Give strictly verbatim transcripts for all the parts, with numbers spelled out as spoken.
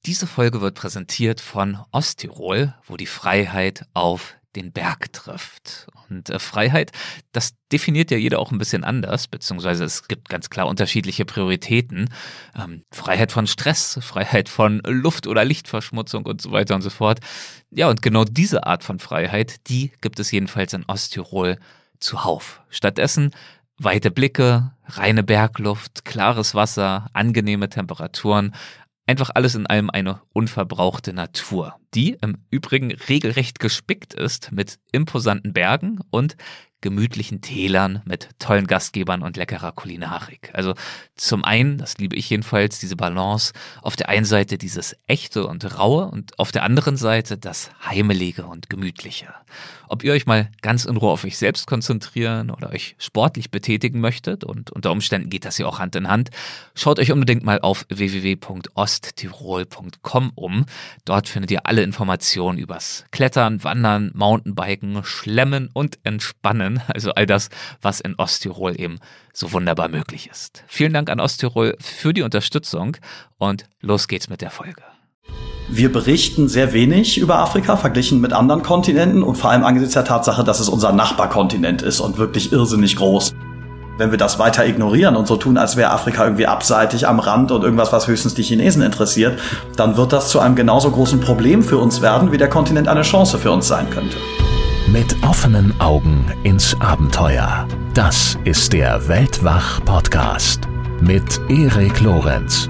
Diese Folge wird präsentiert von Osttirol, wo die Freiheit auf den Berg trifft. Und äh, Freiheit, das definiert ja jeder auch ein bisschen anders, beziehungsweise es gibt ganz klar unterschiedliche Prioritäten. Ähm, Freiheit von Stress, Freiheit von Luft- oder Lichtverschmutzung und so weiter und so fort. Ja, und genau diese Art von Freiheit, die gibt es jedenfalls in Osttirol zuhauf. Stattdessen weite Blicke, reine Bergluft, klares Wasser, angenehme Temperaturen. Einfach alles in allem eine unverbrauchte Natur, die im Übrigen regelrecht gespickt ist mit imposanten Bergen und gemütlichen Tälern mit tollen Gastgebern und leckerer Kulinarik. Also zum einen, das liebe ich jedenfalls, diese Balance, auf der einen Seite dieses Echte und Raue und auf der anderen Seite das Heimelige und Gemütliche. Ob ihr euch mal ganz in Ruhe auf euch selbst konzentrieren oder euch sportlich betätigen möchtet, und unter Umständen geht das ja auch Hand in Hand, schaut euch unbedingt mal auf w w w punkt osttirol punkt com um. Dort findet ihr alle Informationen übers Klettern, Wandern, Mountainbiken, Schlemmen und Entspannen. Also all das, was in Osttirol eben so wunderbar möglich ist. Vielen Dank an Osttirol für die Unterstützung und los geht's mit der Folge. Wir berichten sehr wenig über Afrika verglichen mit anderen Kontinenten und vor allem angesichts der Tatsache, dass es unser Nachbarkontinent ist und wirklich irrsinnig groß. Wenn wir das weiter ignorieren und so tun, als wäre Afrika irgendwie abseitig am Rand und irgendwas, was höchstens die Chinesen interessiert, dann wird das zu einem genauso großen Problem für uns werden, wie der Kontinent eine Chance für uns sein könnte. Mit offenen Augen ins Abenteuer. Das ist der Weltwach-Podcast mit Erik Lorenz.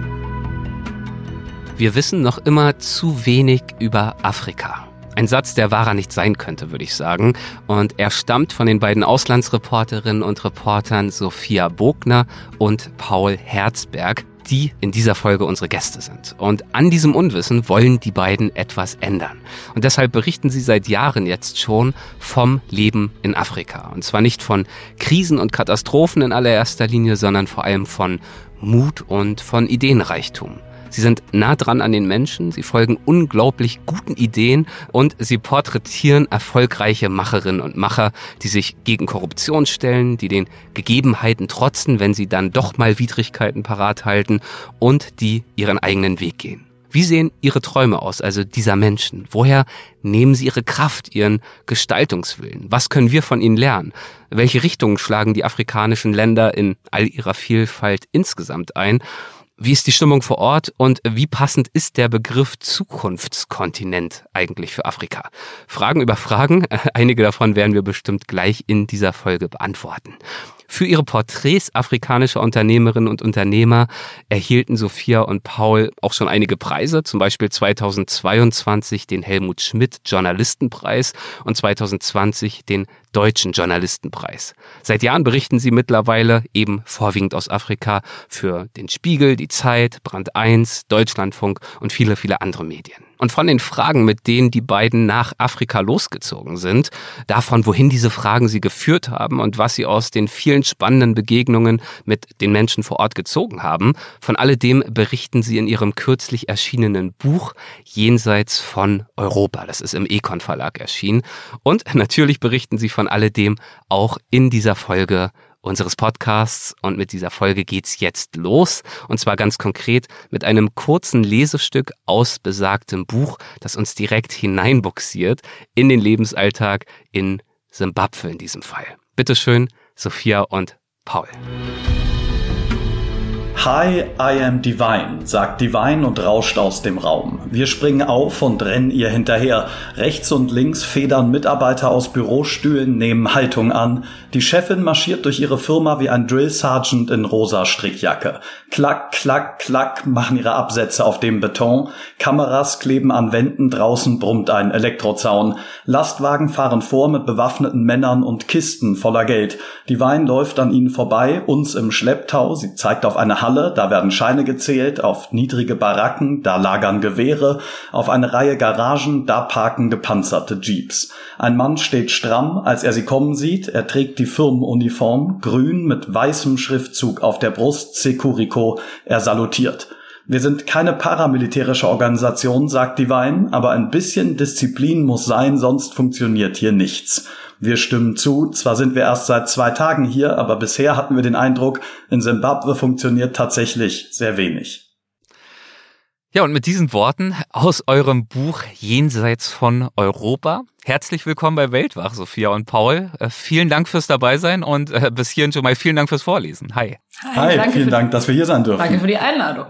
Wir wissen noch immer zu wenig über Afrika. Ein Satz, der wahrer nicht sein könnte, würde ich sagen. Und er stammt von den beiden Auslandsreporterinnen und Reportern Sophia Bogner und Paul Herzberg, die in dieser Folge unsere Gäste sind. Und an diesem Unwissen wollen die beiden etwas ändern. Und deshalb berichten sie seit Jahren jetzt schon vom Leben in Afrika. Und zwar nicht von Krisen und Katastrophen in allererster Linie, sondern vor allem von Mut und von Ideenreichtum. Sie sind nah dran an den Menschen, sie folgen unglaublich guten Ideen und sie porträtieren erfolgreiche Macherinnen und Macher, die sich gegen Korruption stellen, die den Gegebenheiten trotzen, wenn sie dann doch mal Widrigkeiten parat halten und die ihren eigenen Weg gehen. Wie sehen ihre Träume aus, also dieser Menschen? Woher nehmen sie ihre Kraft, ihren Gestaltungswillen? Was können wir von ihnen lernen? Welche Richtungen schlagen die afrikanischen Länder in all ihrer Vielfalt insgesamt ein? Wie ist die Stimmung vor Ort und wie passend ist der Begriff Zukunftskontinent eigentlich für Afrika? Fragen über Fragen, einige davon werden wir bestimmt gleich in dieser Folge beantworten. Für ihre Porträts afrikanischer Unternehmerinnen und Unternehmer erhielten Sophia und Paul auch schon einige Preise, zum Beispiel zweitausendzweiundzwanzig den Helmut Schmidt Journalistenpreis und zweitausendzwanzig den Deutschen Journalistenpreis. Seit Jahren berichten sie mittlerweile eben vorwiegend aus Afrika für den Spiegel, die Zeit, Brand eins, Deutschlandfunk und viele, viele andere Medien. Und von den Fragen, mit denen die beiden nach Afrika losgezogen sind, davon, wohin diese Fragen sie geführt haben und was sie aus den vielen spannenden Begegnungen mit den Menschen vor Ort gezogen haben, von alledem berichten sie in ihrem kürzlich erschienenen Buch Jenseits von Europa. Das ist im Econ Verlag erschienen. Und natürlich berichten sie von alledem auch in dieser Folge unseres Podcasts, und mit dieser Folge geht's jetzt los, und zwar ganz konkret mit einem kurzen Lesestück aus besagtem Buch, das uns direkt hineinbuxiert in den Lebensalltag in Simbabwe in diesem Fall. Bitteschön, Sophia und Paul. Hi, I am Divine, sagt Divine und rauscht aus dem Raum. Wir springen auf und rennen ihr hinterher. Rechts und links federn Mitarbeiter aus Bürostühlen, nehmen Haltung an. Die Chefin marschiert durch ihre Firma wie ein Drill Sergeant in rosa Strickjacke. Klack, klack, klack machen ihre Absätze auf dem Beton. Kameras kleben an Wänden, draußen brummt ein Elektrozaun. Lastwagen fahren vor mit bewaffneten Männern und Kisten voller Geld. Divine läuft an ihnen vorbei, uns im Schlepptau. Sie zeigt auf eine Halle. Da werden Scheine gezählt, auf niedrige Baracken, da lagern Gewehre, auf eine Reihe Garagen, da parken gepanzerte Jeeps. Ein Mann steht stramm, als er sie kommen sieht. Er trägt die Firmenuniform, grün mit weißem Schriftzug auf der Brust, Securico. Er salutiert. Wir sind keine paramilitärische Organisation, sagt Divine, aber ein bisschen Disziplin muss sein, sonst funktioniert hier nichts. Wir stimmen zu, zwar sind wir erst seit zwei Tagen hier, aber bisher hatten wir den Eindruck, in Simbabwe funktioniert tatsächlich sehr wenig. Ja, und mit diesen Worten aus eurem Buch Jenseits von Europa. Herzlich willkommen bei Weltwach, Sophia und Paul. Äh, vielen Dank fürs Dabeisein und äh, bis hierhin schon mal vielen Dank fürs Vorlesen. Hi. Hi, Hi vielen Dank, dass wir hier sein dürfen. Danke für die Einladung.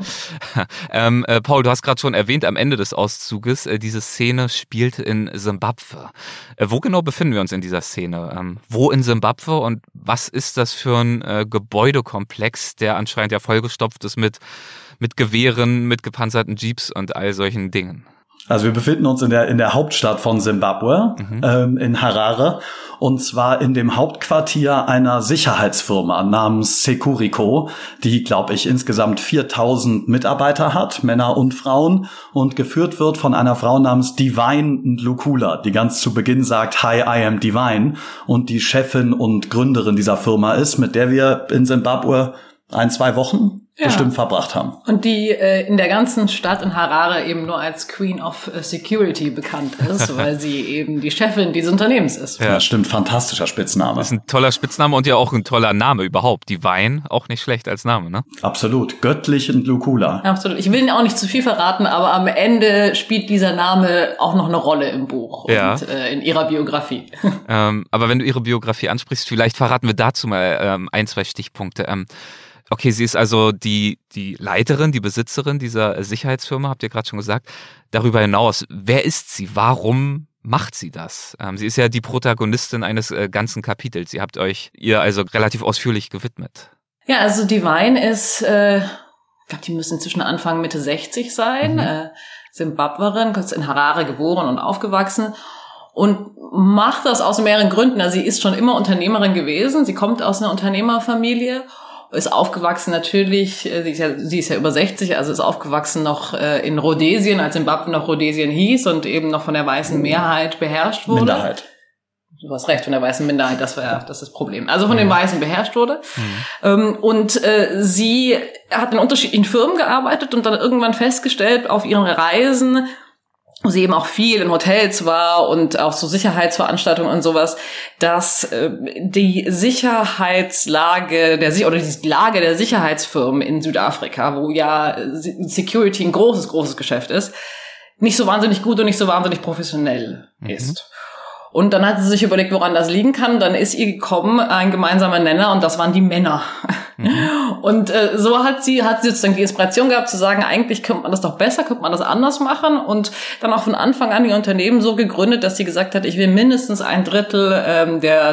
ähm, äh, Paul, du hast gerade schon erwähnt, am Ende des Auszuges, äh, diese Szene spielt in Simbabwe. Äh, wo genau befinden wir uns in dieser Szene? Ähm, wo in Simbabwe und was ist das für ein äh, Gebäudekomplex, der anscheinend ja vollgestopft ist mit mit Gewehren, mit gepanzerten Jeeps und all solchen Dingen? Also wir befinden uns in der in der Hauptstadt von Simbabwe, mhm. ähm, in Harare, und zwar in dem Hauptquartier einer Sicherheitsfirma namens Securico, die, glaube ich, insgesamt viertausend Mitarbeiter hat, Männer und Frauen, und geführt wird von einer Frau namens Divine Ndlukula, die ganz zu Beginn sagt, Hi, I am Divine, und die Chefin und Gründerin dieser Firma ist, mit der wir in Simbabwe ein, zwei Wochen ja. bestimmt verbracht haben. Und die äh, in der ganzen Stadt in Harare eben nur als Queen of Security bekannt ist, weil sie eben die Chefin dieses Unternehmens ist. Ja, stimmt, fantastischer Spitzname. Das ist ein toller Spitzname und ja auch ein toller Name überhaupt. Divine, auch nicht schlecht als Name, ne? Absolut, göttlich und Ndlukula. Absolut. Ich will Ihnen auch nicht zu viel verraten, aber am Ende spielt dieser Name auch noch eine Rolle im Buch ja. und äh, in ihrer Biografie. Ähm, aber wenn du ihre Biografie ansprichst, vielleicht verraten wir dazu mal ähm, ein, zwei Stichpunkte. Ähm, Okay, sie ist also die die Leiterin, die Besitzerin dieser Sicherheitsfirma, habt ihr gerade schon gesagt. Darüber hinaus, wer ist sie? Warum macht sie das? Ähm, sie ist ja die Protagonistin eines äh, ganzen Kapitels. Ihr habt euch ihr also relativ ausführlich gewidmet. Ja, also Divine ist, äh, ich glaube, die müssen inzwischen Anfang Mitte sechzig sein. Mhm. Äh, Simbabwerin, kurz in Harare geboren und aufgewachsen. Und macht das aus mehreren Gründen. Also sie ist schon immer Unternehmerin gewesen. Sie kommt aus einer Unternehmerfamilie. Ist aufgewachsen natürlich, sie ist ja, sie ist ja über sechzig, also ist aufgewachsen noch äh, in Rhodesien, als Zimbabwe noch Rhodesien hieß und eben noch von der weißen Mehrheit beherrscht wurde. Minderheit. Du hast recht, von der weißen Minderheit, das war das ist das Problem. Also von den Weißen beherrscht wurde. Mhm. Ähm, und äh, sie hat in unterschiedlichen Firmen gearbeitet und dann irgendwann festgestellt auf ihren Reisen, wo sie eben auch viel in Hotels war und auch so Sicherheitsveranstaltungen und sowas, dass äh, die Sicherheitslage der oder die Lage der Sicherheitsfirmen in Südafrika, wo ja Security ein großes, großes Geschäft ist, nicht so wahnsinnig gut und nicht so wahnsinnig professionell mhm. ist. Und dann hat sie sich überlegt, woran das liegen kann. Dann ist ihr gekommen ein gemeinsamer Nenner und das waren die Männer. Mhm. Und äh, so hat sie hat sie sozusagen die Inspiration gehabt zu sagen, eigentlich könnte man das doch besser, könnte man das anders machen. Und dann auch von Anfang an die Unternehmen so gegründet, dass sie gesagt hat, ich will mindestens ein Drittel ähm, der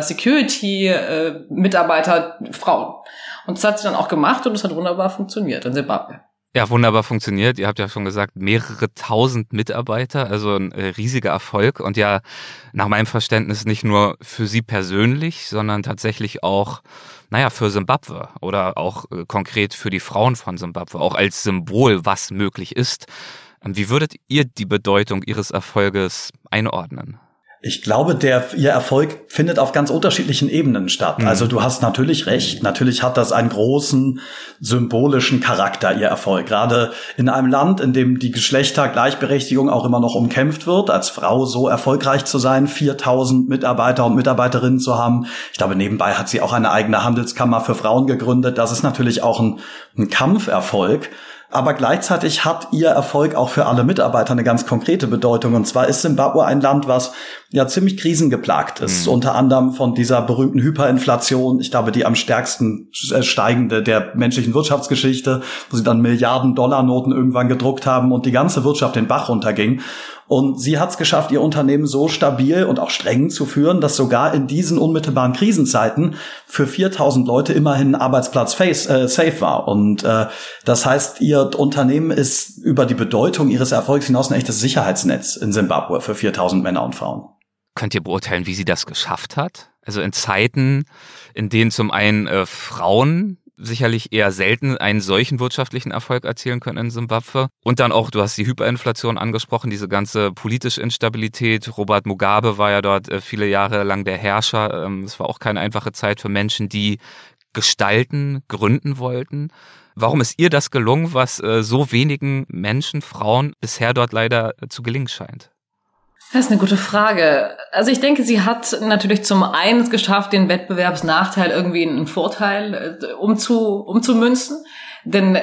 Security-Mitarbeiter äh, Frauen. Und das hat sie dann auch gemacht und es hat wunderbar funktioniert in Zimbabwe. Ja, wunderbar funktioniert. Ihr habt ja schon gesagt, mehrere tausend Mitarbeiter, also ein äh, riesiger Erfolg und ja nach meinem Verständnis nicht nur für Sie persönlich, sondern tatsächlich auch, naja, für Simbabwe oder auch äh, konkret für die Frauen von Simbabwe, auch als Symbol, was möglich ist. Wie würdet ihr die Bedeutung Ihres Erfolges einordnen? Ich glaube, der ihr Erfolg findet auf ganz unterschiedlichen Ebenen statt. Mhm. Also du hast natürlich recht. Natürlich hat das einen großen symbolischen Charakter, ihr Erfolg. Gerade in einem Land, in dem die Geschlechtergleichberechtigung auch immer noch umkämpft wird, als Frau so erfolgreich zu sein, viertausend Mitarbeiter und Mitarbeiterinnen zu haben. Ich glaube, nebenbei hat sie auch eine eigene Handelskammer für Frauen gegründet. Das ist natürlich auch ein, ein Kampferfolg. Aber gleichzeitig hat ihr Erfolg auch für alle Mitarbeiter eine ganz konkrete Bedeutung. Und zwar ist Simbabwe ein Land, was ja ziemlich krisengeplagt ist. Mhm. Unter anderem von dieser berühmten Hyperinflation. Ich glaube, die am stärksten steigende der menschlichen Wirtschaftsgeschichte, wo sie dann Milliarden Dollarnoten irgendwann gedruckt haben und die ganze Wirtschaft den Bach runterging. Und sie hat es geschafft, ihr Unternehmen so stabil und auch streng zu führen, dass sogar in diesen unmittelbaren Krisenzeiten für viertausend Leute immerhin ein Arbeitsplatz face, äh, safe war. Und äh, das heißt, ihr Unternehmen ist über die Bedeutung ihres Erfolgs hinaus ein echtes Sicherheitsnetz in Simbabwe für viertausend Männer und Frauen. Könnt ihr beurteilen, wie sie das geschafft hat? Also in Zeiten, in denen zum einen äh, Frauen sicherlich eher selten einen solchen wirtschaftlichen Erfolg erzielen können in Simbabwe. Und dann auch, du hast die Hyperinflation angesprochen, diese ganze politische Instabilität. Robert Mugabe war ja dort viele Jahre lang der Herrscher. Es war auch keine einfache Zeit für Menschen, die gestalten, gründen wollten. Warum ist ihr das gelungen, was so wenigen Menschen, Frauen bisher dort leider zu gelingen scheint? Das ist eine gute Frage. Also ich denke, sie hat natürlich zum einen geschafft, den Wettbewerbsnachteil irgendwie in einen Vorteil äh, umzu, umzumünzen. Denn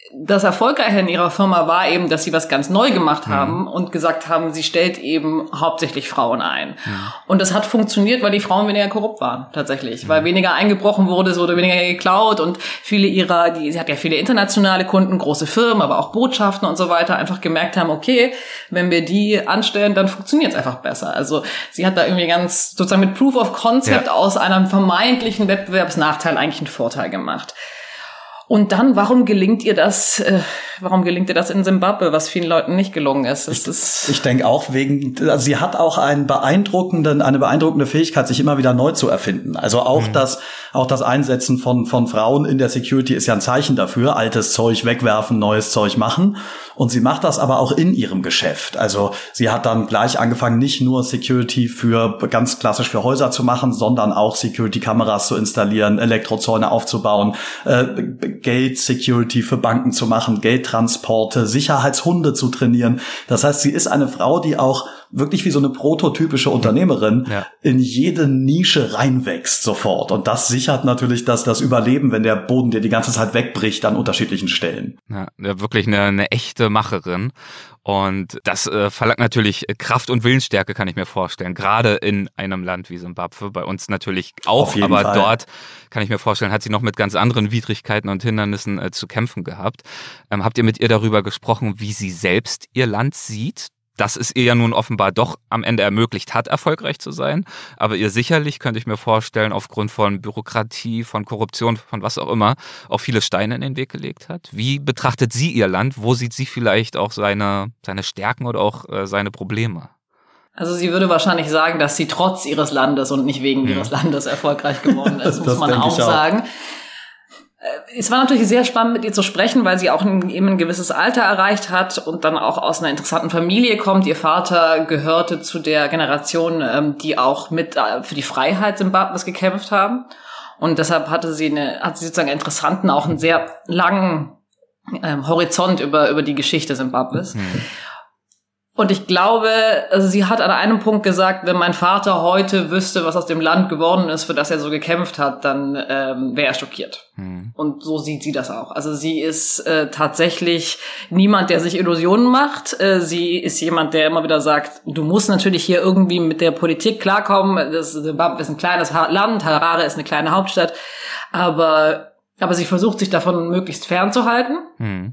das Erfolgreiche in ihrer Firma war eben, dass sie was ganz neu gemacht haben mhm. und gesagt haben, sie stellt eben hauptsächlich Frauen ein. Mhm. Und das hat funktioniert, weil die Frauen weniger korrupt waren, tatsächlich. Mhm. Weil weniger eingebrochen wurde, es wurde weniger geklaut und viele ihrer, die, sie hat ja viele internationale Kunden, große Firmen, aber auch Botschaften und so weiter, einfach gemerkt haben, okay, wenn wir die anstellen, dann funktioniert es einfach besser. Also sie hat da irgendwie ganz sozusagen mit Proof of Concept ja. aus einem vermeintlichen Wettbewerbsnachteil eigentlich einen Vorteil gemacht. Und dann, warum gelingt ihr das, äh, warum gelingt ihr das in Simbabwe, was vielen Leuten nicht gelungen ist? Ich, ich denke auch wegen, also sie hat auch einen beeindruckenden, eine beeindruckende Fähigkeit, sich immer wieder neu zu erfinden. Also auch mhm. das, auch das Einsetzen von, von Frauen in der Security ist ja ein Zeichen dafür. Altes Zeug wegwerfen, neues Zeug machen. Und sie macht das aber auch in ihrem Geschäft. Also sie hat dann gleich angefangen, nicht nur Security für, ganz klassisch für Häuser zu machen, sondern auch Security-Kameras zu installieren, Elektrozäune aufzubauen, äh, Geld-Security für Banken zu machen, Geldtransporte, Sicherheitshunde zu trainieren. Das heißt, sie ist eine Frau, die auch wirklich wie so eine prototypische Unternehmerin ja. in jede Nische reinwächst sofort. Und das sichert natürlich das, das Überleben, wenn der Boden dir die ganze Zeit wegbricht an unterschiedlichen Stellen. Ja, wirklich eine, eine echte Macherin. Und das äh, verlangt natürlich Kraft und Willensstärke, kann ich mir vorstellen. Gerade in einem Land wie Simbabwe, bei uns natürlich auch, aber Fall. Dort kann ich mir vorstellen, hat sie noch mit ganz anderen Widrigkeiten und Hindernissen äh, zu kämpfen gehabt. Ähm, habt ihr mit ihr darüber gesprochen, wie sie selbst ihr Land sieht? Dass es ihr ja nun offenbar doch am Ende ermöglicht hat, erfolgreich zu sein. Aber ihr sicherlich, könnte ich mir vorstellen, aufgrund von Bürokratie, von Korruption, von was auch immer, auch viele Steine in den Weg gelegt hat. Wie betrachtet sie ihr Land? Wo sieht sie vielleicht auch seine, seine Stärken oder auch äh, seine Probleme? Also sie würde wahrscheinlich sagen, dass sie trotz ihres Landes und nicht wegen hm. ihres Landes erfolgreich geworden ist, muss man auch, auch sagen. Es war natürlich sehr spannend, mit ihr zu sprechen, weil sie auch ein, eben ein gewisses Alter erreicht hat und dann auch aus einer interessanten Familie kommt. Ihr Vater gehörte zu der Generation, die auch mit für die Freiheit Simbabwes gekämpft haben. Und deshalb hatte sie eine, hat sie sozusagen einen interessanten, auch einen sehr langen ähm, Horizont über über die Geschichte Simbabwes. Mhm. Und ich glaube, also sie hat an einem Punkt gesagt, wenn mein Vater heute wüsste, was aus dem Land geworden ist, für das er so gekämpft hat, dann ähm, wäre er schockiert. Hm. Und so sieht sie das auch. Also sie ist äh, tatsächlich niemand, der sich Illusionen macht. Äh, sie ist jemand, der immer wieder sagt, du musst natürlich hier irgendwie mit der Politik klarkommen. Das Zimbabwe ist ein kleines Land, Harare ist eine kleine Hauptstadt. Aber, aber sie versucht, sich davon möglichst fernzuhalten. Hm.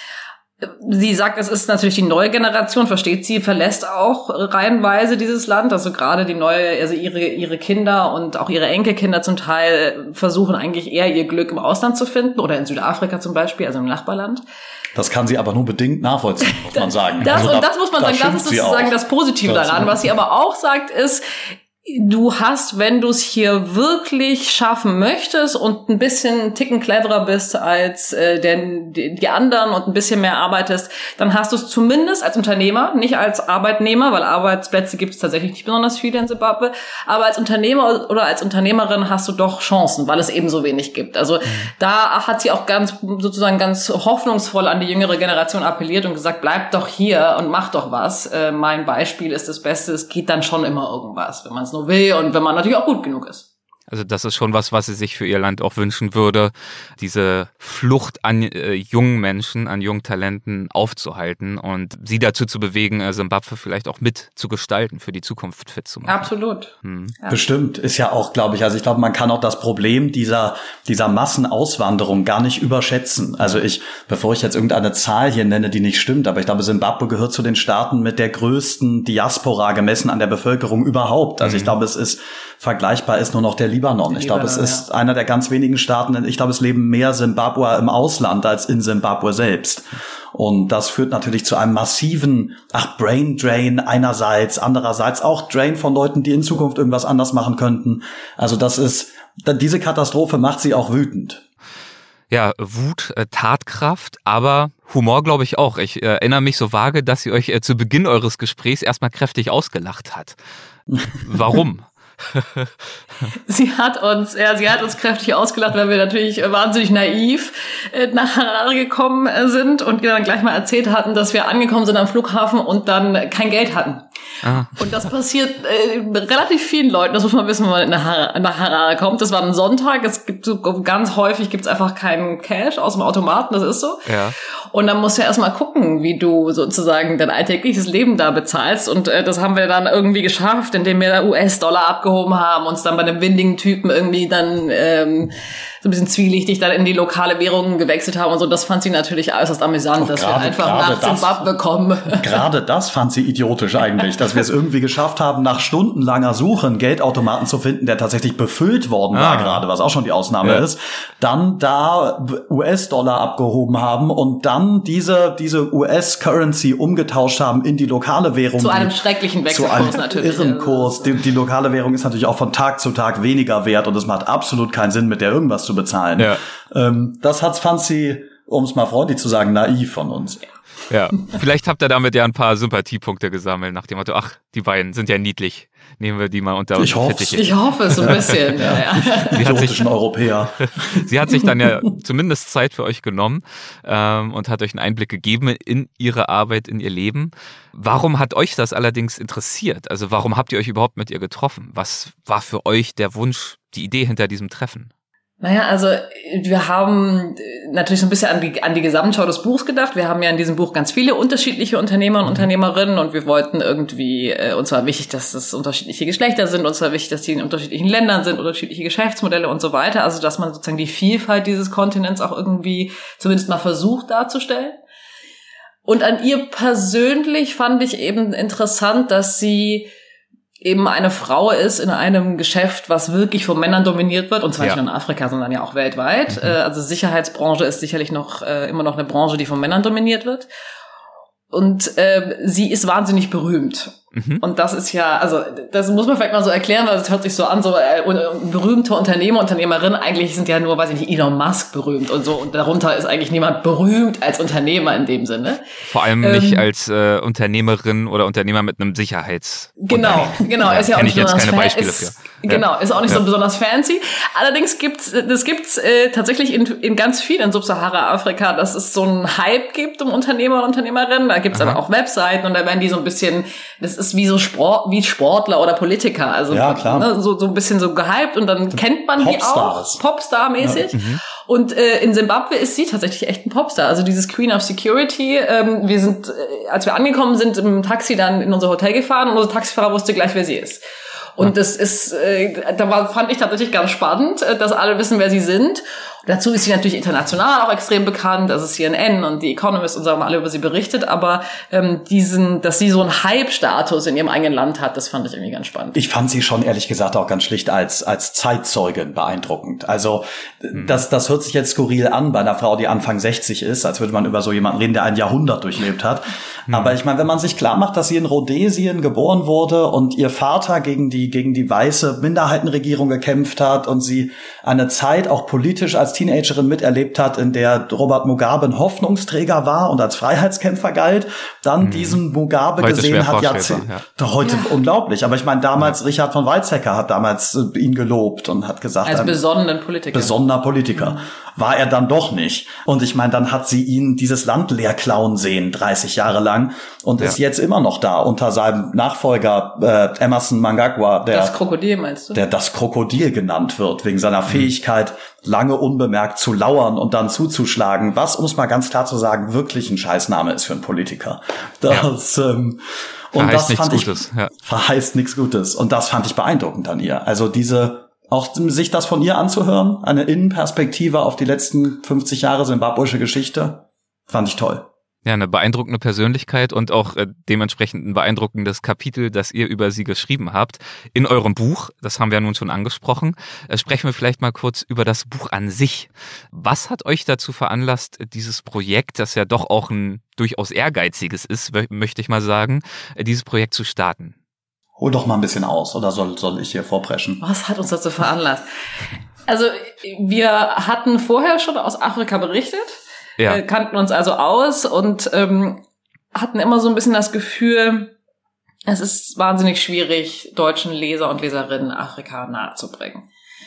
Sie sagt, es ist natürlich die neue Generation, versteht sie, verlässt auch reihenweise dieses Land. Also gerade die neue, also ihre ihre Kinder und auch ihre Enkelkinder zum Teil versuchen eigentlich eher ihr Glück im Ausland zu finden oder in Südafrika zum Beispiel, also im Nachbarland. Das kann sie aber nur bedingt nachvollziehen, muss man sagen. Das, also und da, das muss man da sagen, das ist sozusagen das Positive daran. Was sie aber auch sagt, ist, du hast, wenn du es hier wirklich schaffen möchtest und ein bisschen einen Ticken cleverer bist als äh, denn die, die anderen und ein bisschen mehr arbeitest, dann hast du es zumindest als Unternehmer, nicht als Arbeitnehmer, weil Arbeitsplätze gibt es tatsächlich nicht besonders viele in Zimbabwe, aber als Unternehmer oder als Unternehmerin hast du doch Chancen, weil es eben so wenig gibt. Also mhm. da hat sie auch ganz sozusagen ganz hoffnungsvoll an die jüngere Generation appelliert und gesagt, bleib doch hier und mach doch was. Äh, mein Beispiel ist das Beste, es geht dann schon immer irgendwas, wenn man es nur will und wenn man natürlich auch gut genug ist. Also das ist schon was, was sie sich für ihr Land auch wünschen würde, diese Flucht an äh, jungen Menschen, an jungen Talenten aufzuhalten und sie dazu zu bewegen, äh, Simbabwe vielleicht auch mit zu gestalten, für die Zukunft fit zu machen. Absolut. Hm. Ja. Bestimmt, ist ja auch, glaube ich, also ich glaube, man kann auch das Problem dieser dieser Massenauswanderung gar nicht überschätzen. Also ich, bevor ich jetzt irgendeine Zahl hier nenne, die nicht stimmt, aber ich glaube, Simbabwe gehört zu den Staaten mit der größten Diaspora gemessen an der Bevölkerung überhaupt. Also mhm. ich glaube, es ist vergleichbar ist nur noch der Libanon. Ich glaube, es ist ja. einer der ganz wenigen Staaten, ich glaube, es leben mehr Simbabwer im Ausland als in Simbabwe selbst. Und das führt natürlich zu einem massiven, ach, Brain Drain einerseits, andererseits auch Drain von Leuten, die in Zukunft irgendwas anders machen könnten. Also das ist, diese Katastrophe macht sie auch wütend. Ja, Wut, äh, Tatkraft, aber Humor glaube ich auch. Ich äh, erinnere mich so vage, dass sie euch äh, zu Beginn eures Gesprächs erstmal kräftig ausgelacht hat. Warum? Sie hat uns, ja, sie hat uns kräftig ausgelacht, weil wir natürlich wahnsinnig naiv nach Harare gekommen sind und ihr dann gleich mal erzählt hatten, dass wir angekommen sind am Flughafen und dann kein Geld hatten. Ah. Und das passiert äh, relativ vielen Leuten, das muss man wissen, wenn man nach Harare, nach Harare kommt. Das war ein Sonntag, es gibt so ganz häufig gibt's einfach keinen Cash aus dem Automaten, das ist so. Ja. Und dann musst du ja erstmal gucken, wie du sozusagen dein alltägliches Leben da bezahlst. Und äh, das haben wir dann irgendwie geschafft, indem wir da U S-Dollar abgehoben haben, uns dann bei einem windigen Typen irgendwie dann ähm, so ein bisschen zwielichtig dann in die lokale Währung gewechselt haben und so. Das fand sie natürlich äußerst amüsant, Auch dass grade, wir einfach grade nach das, Zimbabwe kommen. Gerade das fand sie idiotisch eigentlich, dass wir es irgendwie geschafft haben, nach stundenlanger Suche einen Geldautomaten zu finden, der tatsächlich befüllt worden war Ah. gerade, was auch schon die Ausnahme Ja. ist, dann da U S-Dollar abgehoben haben und dann diese diese U S-Currency umgetauscht haben in die lokale Währung. Zu einem die, schrecklichen zu Wechselkurs einem natürlich. irren Kurs. Die, die lokale Währung ist natürlich auch von Tag zu Tag weniger wert und es macht absolut keinen Sinn, mit der irgendwas zu bezahlen. Ja. Ähm, das hat fand sie, um es mal freundlich zu sagen, naiv von uns. Ja, vielleicht habt ihr damit ja ein paar Sympathiepunkte gesammelt, nach dem Motto, ach, die beiden sind ja niedlich, nehmen wir die mal unter Ich unsere hoff's. Fittiche. Ich hoffe es so ein bisschen. ja. Ja. Sie hat, sich, Idiotischen Europäer. sie hat sich dann ja zumindest Zeit für euch genommen ähm, und hat euch einen Einblick gegeben in ihre Arbeit, in ihr Leben. Warum hat euch das allerdings interessiert? Also warum habt ihr euch überhaupt mit ihr getroffen? Was war für euch der Wunsch, die Idee hinter diesem Treffen? Naja, also wir haben natürlich so ein bisschen an die, an die Gesamtschau des Buchs gedacht. Wir haben ja in diesem Buch ganz viele unterschiedliche Unternehmer und Unternehmerinnen und wir wollten irgendwie, äh, uns war wichtig, dass es unterschiedliche Geschlechter sind, uns war wichtig, dass die in unterschiedlichen Ländern sind, unterschiedliche Geschäftsmodelle und so weiter. Also dass man sozusagen die Vielfalt dieses Kontinents auch irgendwie zumindest mal versucht darzustellen. Und an ihr persönlich fand ich eben interessant, dass sie eben eine Frau ist in einem Geschäft, was wirklich von Männern dominiert wird, und zwar Ja. nicht nur in Afrika, sondern ja auch weltweit. Mhm. Äh, also Sicherheitsbranche ist sicherlich noch äh, immer noch eine Branche, die von Männern dominiert wird. Und äh, sie ist wahnsinnig berühmt. Mhm. Und das ist ja, also das muss man vielleicht mal so erklären, weil es hört sich so an, so äh, berühmte Unternehmer, Unternehmerinnen, eigentlich sind ja nur, weiß ich nicht, Elon Musk berühmt und so. Und darunter ist eigentlich niemand berühmt als Unternehmer in dem Sinne. Vor allem Ähm, nicht als äh, Unternehmerin oder Unternehmer mit einem Sicherheits. Genau, genau, ist ja auch kenn nicht ich jetzt besonders keine fa- Beispiele ist, für. Genau, ist auch nicht Ja. so besonders fancy. Allerdings gibt's, das gibt's äh, tatsächlich in, in ganz vielen in Sub-Sahara-Afrika, dass es so einen Hype gibt um Unternehmer und Unternehmerinnen. Da gibt's Aha. aber auch Webseiten und da werden die so ein bisschen, das ist wie so Sport, wie Sportler oder Politiker, also Ja, klar. Ne, so so ein bisschen so gehypt und dann kennt man die auch, Popstars. Popstar-mäßig. Ja. Mhm. Und äh, in Zimbabwe ist sie tatsächlich echt ein Popstar. Also dieses Queen of Security. Ähm, wir sind, äh, als wir angekommen sind, im Taxi dann in unser Hotel gefahren und unser Taxifahrer wusste gleich, wer sie ist. Und das ist, äh, da war, fand ich tatsächlich ganz spannend, äh, dass alle wissen, wer sie sind. Und dazu ist sie natürlich international auch extrem bekannt. Also C N N und The Economist und so haben alle über sie berichtet. Aber ähm, diesen, dass sie so einen Hype-Status in ihrem eigenen Land hat, das fand ich irgendwie ganz spannend. Ich fand sie schon ehrlich gesagt auch ganz schlicht als als Zeitzeugin beeindruckend. Also das das hört sich jetzt skurril an bei einer Frau, die Anfang sechzig ist, als würde man über so jemanden reden, der ein Jahrhundert durchlebt hat. Aber ich meine, wenn man sich klar macht, dass sie in Rhodesien geboren wurde und ihr Vater gegen die gegen die weiße Minderheitenregierung gekämpft hat und sie eine Zeit auch politisch als Teenagerin miterlebt hat, in der Robert Mugabe ein Hoffnungsträger war und als Freiheitskämpfer galt, dann diesen Mugabe Heute gesehen schwer hat, vorstellbar, Jahrzehnte. ja. Doch heute Ja. unglaublich. Aber ich meine, damals Richard von Weizsäcker hat damals äh, ihn gelobt und hat gesagt, Als ein besonnenen Politiker. besonderer Politiker. War er dann doch nicht. Und ich meine, dann hat sie ihn dieses Land leer klauen sehen, dreißig Jahre lang, und Ja. ist jetzt immer noch da unter seinem Nachfolger äh, Emerson Mnangagwa, der Das Krokodil, meinst du? der das Krokodil genannt wird, wegen seiner Fähigkeit, lange unbemerkt zu lauern und dann zuzuschlagen, was, um es mal ganz klar zu sagen, wirklich ein Scheißname ist für einen Politiker. Das, ähm, und Verheißt das nichts fand ich, Gutes, ja. verheißt nichts Gutes. Und das fand ich beeindruckend an ihr. Also diese, auch sich das von ihr anzuhören, eine Innenperspektive auf die letzten fünfzig Jahre simbabwische Geschichte, fand ich toll. Ja, eine beeindruckende Persönlichkeit und auch äh, dementsprechend ein beeindruckendes Kapitel, das ihr über sie geschrieben habt. In eurem Buch, das haben wir ja nun schon angesprochen, äh, sprechen wir vielleicht mal kurz über das Buch an sich. Was hat euch dazu veranlasst, dieses Projekt, das ja doch auch ein durchaus ehrgeiziges ist, möchte ich mal sagen, äh, dieses Projekt zu starten? Hol doch mal ein bisschen aus, oder soll, soll ich hier vorpreschen? Was hat uns dazu veranlasst? Also wir hatten vorher schon aus Afrika berichtet, Ja. äh, kannten uns also aus und ähm, hatten immer so ein bisschen das Gefühl, es ist wahnsinnig schwierig, deutschen Leser und Leserinnen Afrika nahezubringen.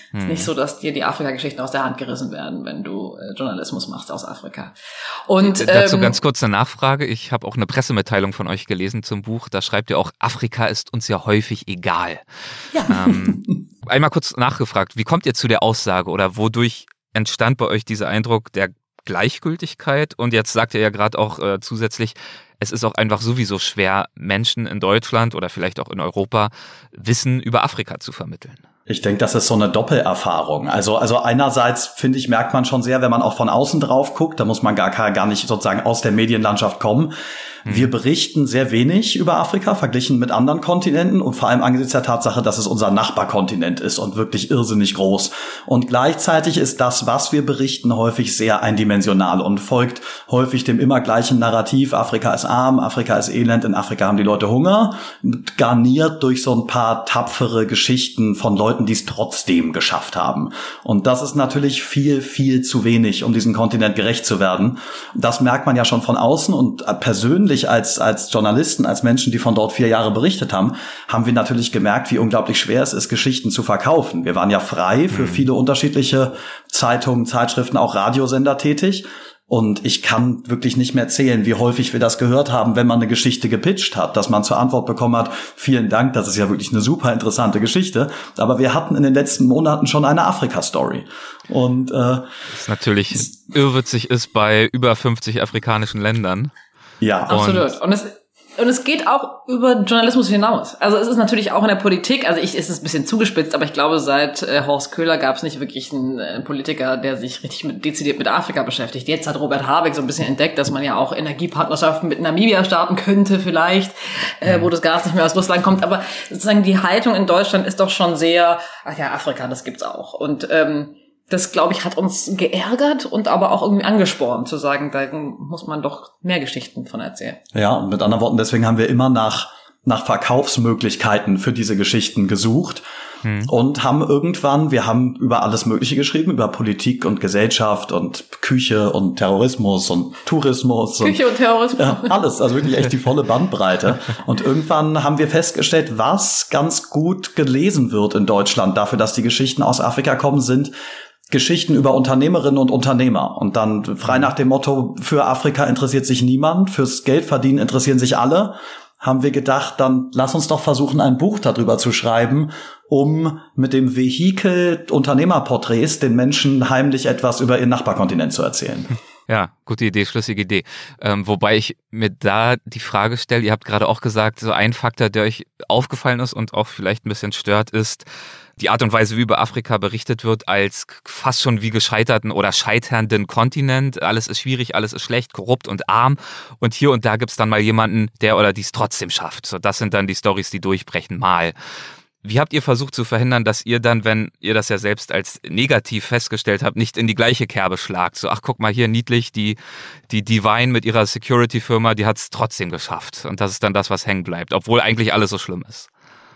Es ist nicht so, dass dir die Afrika-Geschichten aus der Hand gerissen werden, wenn du äh, Journalismus machst aus Afrika. Und ähm, dazu ganz kurz eine Nachfrage. Ich habe auch eine Pressemitteilung von euch gelesen zum Buch. Da schreibt ihr auch, Afrika ist uns ja häufig egal. Ja. Ähm, einmal kurz nachgefragt, wie kommt ihr zu der Aussage oder wodurch entstand bei euch dieser Eindruck der Gleichgültigkeit? Und jetzt sagt ihr ja gerade auch äh, zusätzlich, es ist auch einfach sowieso schwer, Menschen in Deutschland oder vielleicht auch in Europa Wissen über Afrika zu vermitteln. Ich denke, das ist so eine Doppelerfahrung. Also, also einerseits, finde ich, merkt man schon sehr, wenn man auch von außen drauf guckt, da muss man gar, gar nicht sozusagen aus der Medienlandschaft kommen. Wir berichten sehr wenig über Afrika, verglichen mit anderen Kontinenten und vor allem angesichts der Tatsache, dass es unser Nachbarkontinent ist und wirklich irrsinnig groß. Und gleichzeitig ist das, was wir berichten, häufig sehr eindimensional und folgt häufig dem immer gleichen Narrativ, Afrika ist arm, Afrika ist elend, in Afrika haben die Leute Hunger, garniert durch so ein paar tapfere Geschichten von Leuten, die es trotzdem geschafft haben. Und das ist natürlich viel, viel zu wenig, um diesem Kontinent gerecht zu werden. Das merkt man ja schon von außen und persönlich als als Journalisten, als Menschen, die von dort vier Jahre berichtet haben, haben wir natürlich gemerkt, wie unglaublich schwer es ist, Geschichten zu verkaufen. Wir waren ja frei für viele unterschiedliche Zeitungen, Zeitschriften, auch Radiosender tätig. Und ich kann wirklich nicht mehr zählen, wie häufig wir das gehört haben, wenn man eine Geschichte gepitcht hat, dass man zur Antwort bekommen hat, vielen Dank, das ist ja wirklich eine super interessante Geschichte. Aber wir hatten in den letzten Monaten schon eine Afrika-Story. Und äh, das ist natürlich irrwitzig ist bei über fünfzig afrikanischen Ländern. Ja, absolut. Und es Und es geht auch über Journalismus hinaus. Also es ist natürlich auch in der Politik, also ich, es ist ein bisschen zugespitzt, aber ich glaube, seit äh, Horst Köhler gab es nicht wirklich einen äh, Politiker, der sich richtig mit, dezidiert mit Afrika beschäftigt. Jetzt hat Robert Habeck so ein bisschen entdeckt, dass man ja auch Energiepartnerschaften mit Namibia starten könnte vielleicht, äh, wo das Gas nicht mehr aus Russland kommt. Aber sozusagen die Haltung in Deutschland ist doch schon sehr, ach ja, Afrika, das gibt's auch. Und ähm, das, glaube ich, hat uns geärgert und aber auch irgendwie angespornt, zu sagen, da muss man doch mehr Geschichten von erzählen. Ja, und mit anderen Worten, deswegen haben wir immer nach nach Verkaufsmöglichkeiten für diese Geschichten gesucht hm. und haben irgendwann, wir haben über alles Mögliche geschrieben, über Politik und Gesellschaft und Küche und Terrorismus und Tourismus. Küche und, und Terrorismus. Ja, alles, also wirklich echt die volle Bandbreite. Und irgendwann haben wir festgestellt, was ganz gut gelesen wird in Deutschland, dafür, dass die Geschichten aus Afrika kommen, sind Geschichten über Unternehmerinnen und Unternehmer. Und dann frei nach dem Motto, für Afrika interessiert sich niemand, fürs Geldverdienen interessieren sich alle, haben wir gedacht, dann lass uns doch versuchen, ein Buch darüber zu schreiben, um mit dem Vehikel Unternehmerporträts den Menschen heimlich etwas über ihren Nachbarkontinent zu erzählen. Ja, gute Idee, schlüssige Idee. Ähm, wobei ich mir da die Frage stelle, ihr habt gerade auch gesagt, so ein Faktor, der euch aufgefallen ist und auch vielleicht ein bisschen stört, ist die Art und Weise, wie über Afrika berichtet wird, als fast schon wie gescheiterten oder scheiternden Kontinent. Alles ist schwierig, alles ist schlecht, korrupt und arm. Und hier und da gibt's dann mal jemanden, der oder die es trotzdem schafft. So, das sind dann die Storys, die durchbrechen mal. Wie habt ihr versucht zu verhindern, dass ihr dann, wenn ihr das ja selbst als negativ festgestellt habt, nicht in die gleiche Kerbe schlagt? So, ach, guck mal hier, niedlich, die die Divine mit ihrer Security-Firma, die hat's trotzdem geschafft. Und das ist dann das, was hängen bleibt, obwohl eigentlich alles so schlimm ist.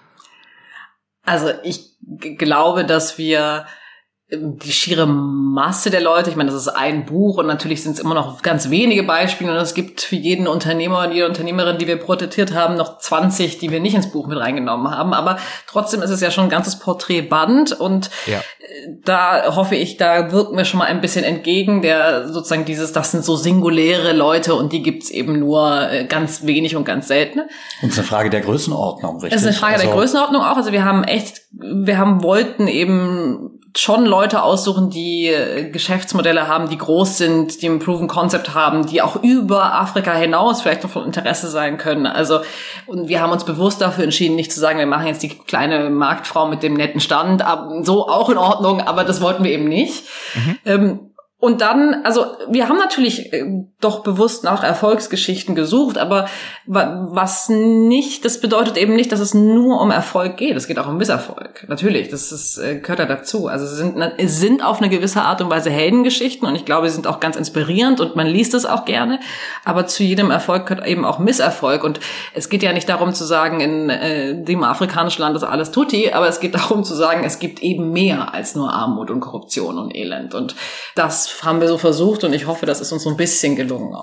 Also ich g- glaube, dass wir die schiere Masse der Leute, ich meine, das ist ein Buch und natürlich sind es immer noch ganz wenige Beispiele und es gibt für jeden Unternehmer und jede Unternehmerin, die wir porträtiert haben, noch zwanzig, die wir nicht ins Buch mit reingenommen haben, aber trotzdem ist es ja schon ein ganzes Porträtband und ja. Da hoffe ich, da wirken wir schon mal ein bisschen entgegen, der sozusagen dieses, das sind so singuläre Leute und die gibt's eben nur ganz wenig und ganz selten. Und es ist eine Frage der Größenordnung, richtig? Es ist eine Frage also der Größenordnung auch, also wir haben echt, wir haben, wollten eben schon Leute aussuchen, die Geschäftsmodelle haben, die groß sind, die ein Proven Concept haben, die auch über Afrika hinaus vielleicht noch von Interesse sein können. Also, und wir haben uns bewusst dafür entschieden, nicht zu sagen, wir machen jetzt die kleine Marktfrau mit dem netten Stand, so auch in Ordnung, aber das wollten wir eben nicht. Mhm. Ähm, Und dann, also wir haben natürlich äh, doch bewusst nach Erfolgsgeschichten gesucht, aber wa- was nicht, das bedeutet eben nicht, dass es nur um Erfolg geht. Es geht auch um Misserfolg. Natürlich, das ist, äh, gehört ja dazu. Also es sind, es sind auf eine gewisse Art und Weise Heldengeschichten und ich glaube, sie sind auch ganz inspirierend und man liest es auch gerne. Aber zu jedem Erfolg gehört eben auch Misserfolg. Und es geht ja nicht darum zu sagen, in äh, dem afrikanischen Land ist alles tutti, aber es geht darum zu sagen, es gibt eben mehr als nur Armut und Korruption und Elend. Und das haben wir so versucht und ich hoffe, das ist uns so ein bisschen gelungen auch.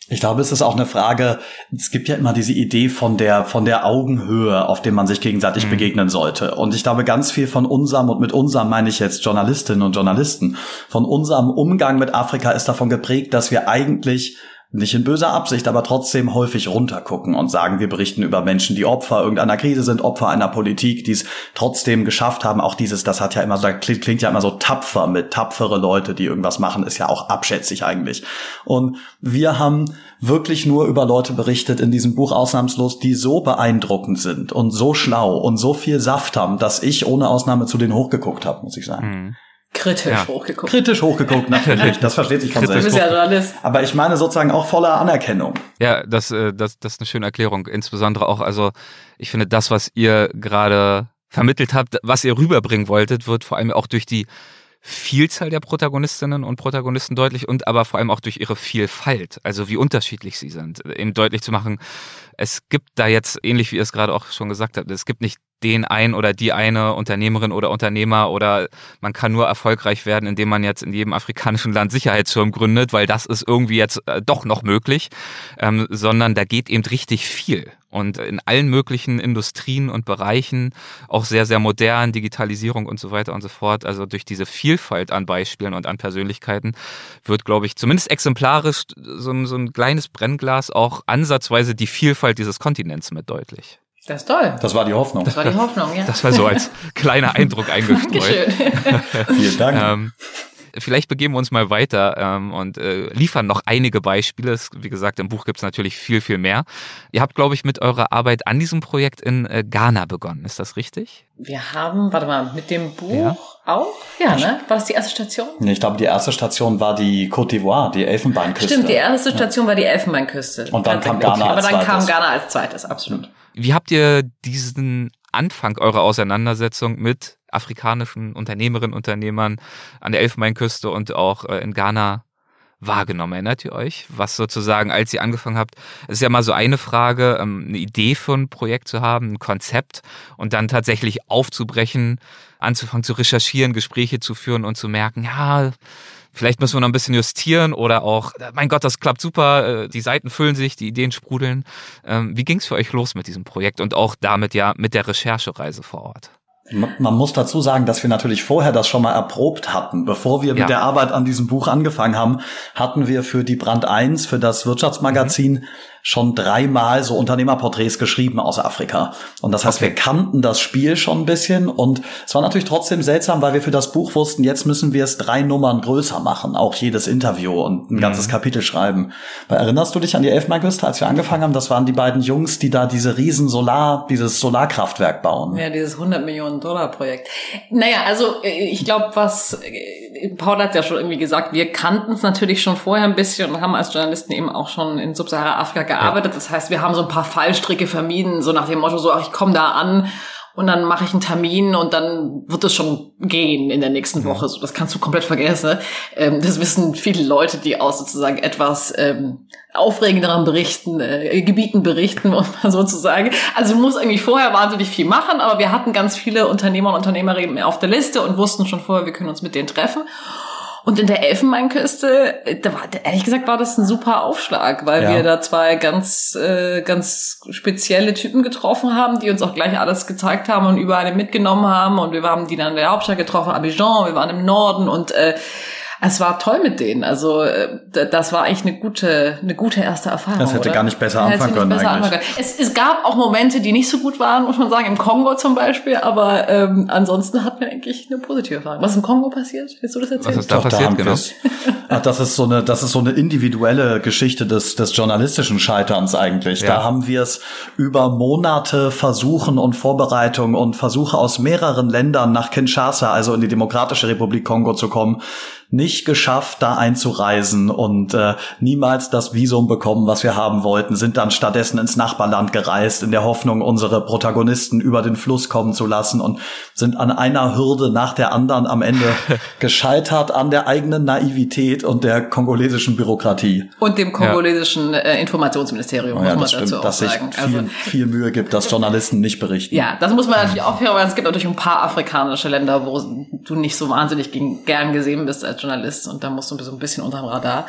Ich glaube, es ist auch eine Frage, es gibt ja immer diese Idee von der von der Augenhöhe, auf der man sich gegenseitig mhm. begegnen sollte. Und ich glaube, ganz viel von unserem, und mit unserem meine ich jetzt Journalistinnen und Journalisten, von unserem Umgang mit Afrika ist davon geprägt, dass wir eigentlich nicht in böser Absicht, aber trotzdem häufig runtergucken und sagen, wir berichten über Menschen, die Opfer irgendeiner Krise sind, Opfer einer Politik, die es trotzdem geschafft haben. Auch dieses, das hat ja immer so, klingt, klingt ja immer so tapfer mit tapfere Leute, die irgendwas machen, ist ja auch abschätzig eigentlich. Und wir haben wirklich nur über Leute berichtet in diesem Buch ausnahmslos, die so beeindruckend sind und so schlau und so viel Saft haben, dass ich ohne Ausnahme zu denen hochgeguckt habe, muss ich sagen. Mhm. Kritisch ja. hochgeguckt. Kritisch hochgeguckt, natürlich. Das versteht sich von selbst. Du bist ja Journalist. Aber ich meine sozusagen auch voller Anerkennung. Ja, das, das, das ist eine schöne Erklärung. Insbesondere auch, also ich finde, das, was ihr gerade vermittelt habt, was ihr rüberbringen wolltet, wird vor allem auch durch die Vielzahl der Protagonistinnen und Protagonisten deutlich und aber vor allem auch durch ihre Vielfalt, also wie unterschiedlich sie sind, eben deutlich zu machen, es gibt da jetzt, ähnlich wie ihr es gerade auch schon gesagt habt, es gibt nicht den ein oder die eine Unternehmerin oder Unternehmer oder man kann nur erfolgreich werden, indem man jetzt in jedem afrikanischen Land Sicherheitsfirmen gründet, weil das ist irgendwie jetzt äh, doch noch möglich, ähm, sondern da geht eben richtig viel. Und in allen möglichen Industrien und Bereichen, auch sehr, sehr modern, Digitalisierung und so weiter und so fort. Also durch diese Vielfalt an Beispielen und an Persönlichkeiten wird, glaube ich, zumindest exemplarisch so ein, so ein kleines Brennglas auch ansatzweise die Vielfalt dieses Kontinents mit deutlich. Das ist toll. Das war die Hoffnung. Das war die Hoffnung, ja. Das war so als kleiner Eindruck eingestreut. Dankeschön. Vielen Dank. Ähm, Vielleicht begeben wir uns mal weiter ähm, und äh, liefern noch einige Beispiele. Es, wie gesagt, im Buch gibt es natürlich viel, viel mehr. Ihr habt, glaube ich, mit eurer Arbeit an diesem Projekt in äh, Ghana begonnen. Ist das richtig? Wir haben, warte mal, mit dem Buch ja. auch? Ja, ne? War das die erste Station? Nee, ich glaube, die erste Station war die Côte d'Ivoire, die Elfenbeinküste. Stimmt, die erste Station ja. war die Elfenbeinküste. Und dann kam Ghana Aber als dann zweites. kam Ghana als zweites, absolut. Wie habt ihr diesen Anfang eurer Auseinandersetzung mit afrikanischen Unternehmerinnen und Unternehmern an der Elfenbeinküste und auch äh, in Ghana wahrgenommen? Erinnert ihr euch, was sozusagen, als ihr angefangen habt, es ist ja mal so eine Frage, ähm, eine Idee für ein Projekt zu haben, ein Konzept und dann tatsächlich aufzubrechen, anzufangen zu recherchieren, Gespräche zu führen und zu merken, ja, vielleicht müssen wir noch ein bisschen justieren oder auch, mein Gott, das klappt super, die Seiten füllen sich, die Ideen sprudeln. Ähm, wie ging es für euch los mit diesem Projekt und auch damit ja mit der Recherchereise vor Ort? Man muss dazu sagen, dass wir natürlich vorher das schon mal erprobt hatten. Bevor wir mit ja. der Arbeit an diesem Buch angefangen haben, hatten wir für die Brand eins, für das Wirtschaftsmagazin, mhm. schon dreimal so Unternehmerporträts geschrieben aus Afrika. Und das heißt, okay. wir kannten das Spiel schon ein bisschen. Und es war natürlich trotzdem seltsam, weil wir für das Buch wussten, jetzt müssen wir es drei Nummern größer machen. Auch jedes Interview und ein mhm. ganzes Kapitel schreiben. Weil, erinnerst du dich an die Elfenbeinküste, als wir angefangen haben? Das waren die beiden Jungs, die da diese riesen Solar, dieses Solarkraftwerk bauen. Ja, dieses hundert Millionen Dollar Projekt. Naja, also ich glaube, was Paul hat ja schon irgendwie gesagt, wir kannten es natürlich schon vorher ein bisschen und haben als Journalisten eben auch schon in Subsahara-Afrika gearbeitet. Ja. Das heißt, wir haben so ein paar Fallstricke vermieden, so nach dem Motto, so, ach, ich komme da an und dann mache ich einen Termin und dann wird es schon gehen in der nächsten Woche. So, das kannst du komplett vergessen. Ähm, das wissen viele Leute, die aus sozusagen etwas ähm, aufregenderen Berichten, äh, Gebieten berichten, muss man sozusagen. Also du musst irgendwie vorher wahnsinnig viel machen, aber wir hatten ganz viele Unternehmer und Unternehmerinnen auf der Liste und wussten schon vorher, wir können uns mit denen treffen. Und in der Elfenbeinküste, da war, ehrlich gesagt, war das ein super Aufschlag, weil ja. wir da zwei ganz, äh, ganz spezielle Typen getroffen haben, die uns auch gleich alles gezeigt haben und überall mitgenommen haben. Und wir haben die dann in der Hauptstadt getroffen, Abidjan, wir waren im Norden und äh, es war toll mit denen. Also das war eigentlich eine gute, eine gute erste Erfahrung. Das hätte oder? gar nicht besser ja, anfangen können besser eigentlich. Anfangen können. Es, es gab auch Momente, die nicht so gut waren, muss man sagen, im Kongo zum Beispiel. Aber ähm, ansonsten hatten wir eigentlich eine positive Erfahrung. Was ist im Kongo passiert? Willst du das erzählen? Was ist da Doch, passiert, genau? Ach, das ist so eine, das ist so eine individuelle Geschichte des, des journalistischen Scheiterns eigentlich. Ja. Da haben wir es über Monate Versuchen und Vorbereitungen und Versuche aus mehreren Ländern nach Kinshasa, also in die Demokratische Republik Kongo zu kommen, nicht geschafft, da einzureisen und äh, niemals das Visum bekommen, was wir haben wollten, sind dann stattdessen ins Nachbarland gereist, in der Hoffnung, unsere Protagonisten über den Fluss kommen zu lassen und sind an einer Hürde nach der anderen am Ende gescheitert an der eigenen Naivität und der kongolesischen Bürokratie. Und dem kongolesischen ja. äh, Informationsministerium, muss ja, man das dazu stimmt, auch dass sagen. sich viel, also, viel Mühe gibt, dass Journalisten nicht berichten. Ja, das muss man natürlich auch hören, weil es gibt natürlich ein paar afrikanische Länder, wo du nicht so wahnsinnig gern gesehen bist als Journalist und da musst du so ein bisschen unterm Radar.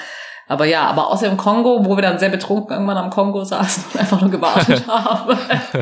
Aber ja, aber außer im Kongo, wo wir dann sehr betrunken irgendwann am Kongo saßen und einfach nur gewartet haben.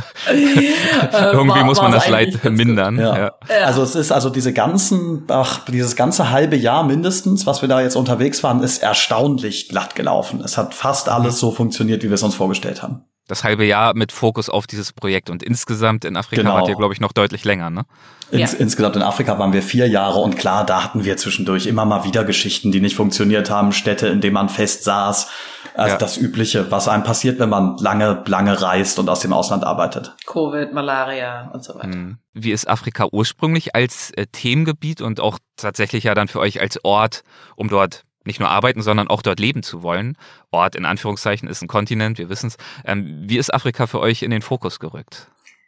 Irgendwie war, muss man das Leid mindern. Ja. Ja. Ja. Also es ist also diese ganzen, ach, dieses ganze halbe Jahr mindestens, was wir da jetzt unterwegs waren, ist erstaunlich glatt gelaufen. Es hat fast alles so funktioniert, wie wir es uns vorgestellt haben. Das halbe Jahr mit Fokus auf dieses Projekt. Und insgesamt in Afrika genau. wart ihr, glaube ich, noch deutlich länger, ne? Ins, ja. Insgesamt in Afrika waren wir vier Jahre und klar, da hatten wir zwischendurch immer mal wieder Geschichten, die nicht funktioniert haben, Städte, in denen man fest saß. Also ja. das Übliche, was einem passiert, wenn man lange, lange reist und aus dem Ausland arbeitet. Covid, Malaria und so weiter. Hm. Wie ist Afrika ursprünglich als äh, Themengebiet und auch tatsächlich ja dann für euch als Ort, um dort nicht nur arbeiten, sondern auch dort leben zu wollen? Ort in Anführungszeichen ist ein Kontinent, wir wissen es. Ähm, wie ist Afrika für euch in den Fokus gerückt?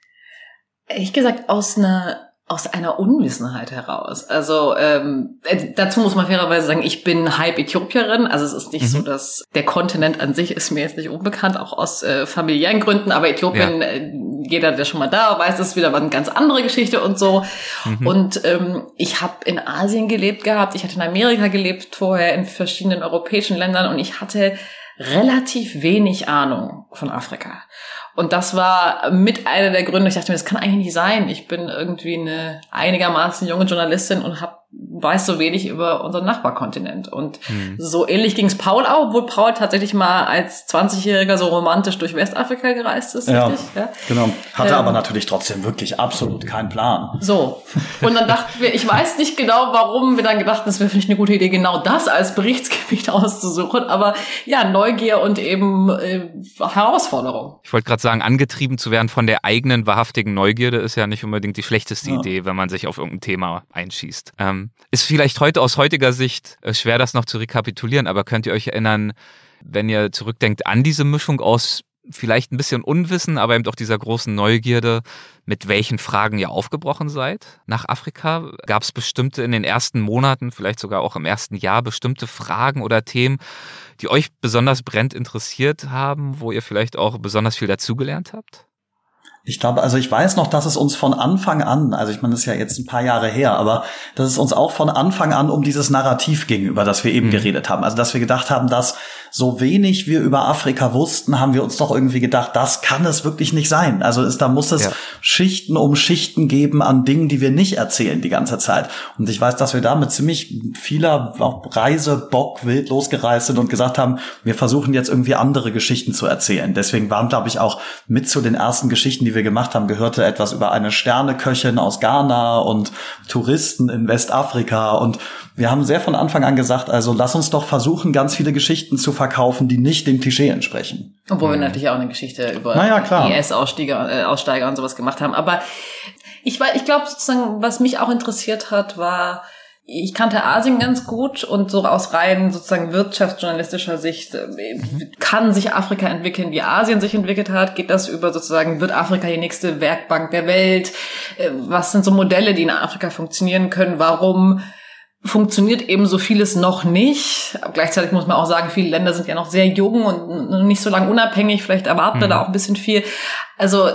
Ehrlich gesagt, aus einer aus einer Unwissenheit heraus. Also ähm, äh, dazu muss man fairerweise sagen, ich bin halb Äthiopierin. Also es ist nicht mhm. so, dass der Kontinent an sich ist mir jetzt nicht unbekannt, auch aus äh, familiären Gründen. Aber Äthiopien, ja. äh, jeder, der schon mal da weiß, das ist wieder eine ganz andere Geschichte und so. Mhm. Und ähm, ich habe in Asien gelebt gehabt, ich hatte in Amerika gelebt vorher, in verschiedenen europäischen Ländern und ich hatte relativ wenig Ahnung von Afrika. Und das war mit einer der Gründe, ich dachte mir, das kann eigentlich nicht sein. Ich bin irgendwie eine einigermaßen junge Journalistin und hab, weiß so wenig über unseren Nachbarkontinent. Und hm. so ähnlich ging es Paul auch, obwohl Paul tatsächlich mal als zwanzigjähriger so romantisch durch Westafrika gereist ist. Ja, richtig? Ja, genau. Hatte ähm, aber natürlich trotzdem wirklich absolut keinen Plan. So. Und dann dachten wir, ich weiß nicht genau, warum wir dann gedacht haben, das wäre vielleicht eine gute Idee, genau das als Berichtsgebiet auszusuchen. Aber ja, Neugier und eben äh, Herausforderung. Ich wollte gerade sagen, angetrieben zu werden von der eigenen wahrhaftigen Neugierde ist ja nicht unbedingt die schlechteste ja. Idee, wenn man sich auf irgendein Thema einschießt. Ähm, ist vielleicht heute aus heutiger Sicht äh, schwer, das noch zu rekapitulieren, aber könnt ihr euch erinnern, wenn ihr zurückdenkt an diese Mischung aus vielleicht ein bisschen Unwissen, aber eben auch dieser großen Neugierde, mit welchen Fragen ihr aufgebrochen seid nach Afrika? Gab es bestimmte in den ersten Monaten, vielleicht sogar auch im ersten Jahr, bestimmte Fragen oder Themen, die euch besonders brennend interessiert haben, wo ihr vielleicht auch besonders viel dazugelernt habt? Ich glaube, also ich weiß noch, dass es uns von Anfang an, also ich meine, das ist ja jetzt ein paar Jahre her, aber dass es uns auch von Anfang an um dieses Narrativ ging, über das wir eben mhm. geredet haben. Also dass wir gedacht haben, dass so wenig wir über Afrika wussten, haben wir uns doch irgendwie gedacht, das kann es wirklich nicht sein. Also es, da muss es ja. Schichten um Schichten geben an Dingen, die wir nicht erzählen die ganze Zeit. Und ich weiß, dass wir da mit ziemlich vieler Reisebock wild losgereist sind und gesagt haben, wir versuchen jetzt irgendwie andere Geschichten zu erzählen. Deswegen waren, glaube ich, auch mit zu den ersten Geschichten, die wir gemacht haben, gehörte etwas über eine Sterneköchin aus Ghana und Touristen in Westafrika. Und wir haben sehr von Anfang an gesagt, also lass uns doch versuchen, ganz viele Geschichten zu verkaufen, die nicht dem Klischee entsprechen. Obwohl wir natürlich auch eine Geschichte über naja, I S-Aussteiger äh, Aussteiger und sowas gemacht haben. Aber ich, ich glaube sozusagen, was mich auch interessiert hat, war, ich kannte Asien ganz gut und so aus rein sozusagen wirtschaftsjournalistischer Sicht kann sich Afrika entwickeln, wie Asien sich entwickelt hat. Geht das über sozusagen, wird Afrika die nächste Werkbank der Welt? Was sind so Modelle, die in Afrika funktionieren können? Warum funktioniert eben so vieles noch nicht? Gleichzeitig muss man auch sagen, viele Länder sind ja noch sehr jung und nicht so lange unabhängig. Vielleicht erwarten wir mhm. da auch ein bisschen viel. Also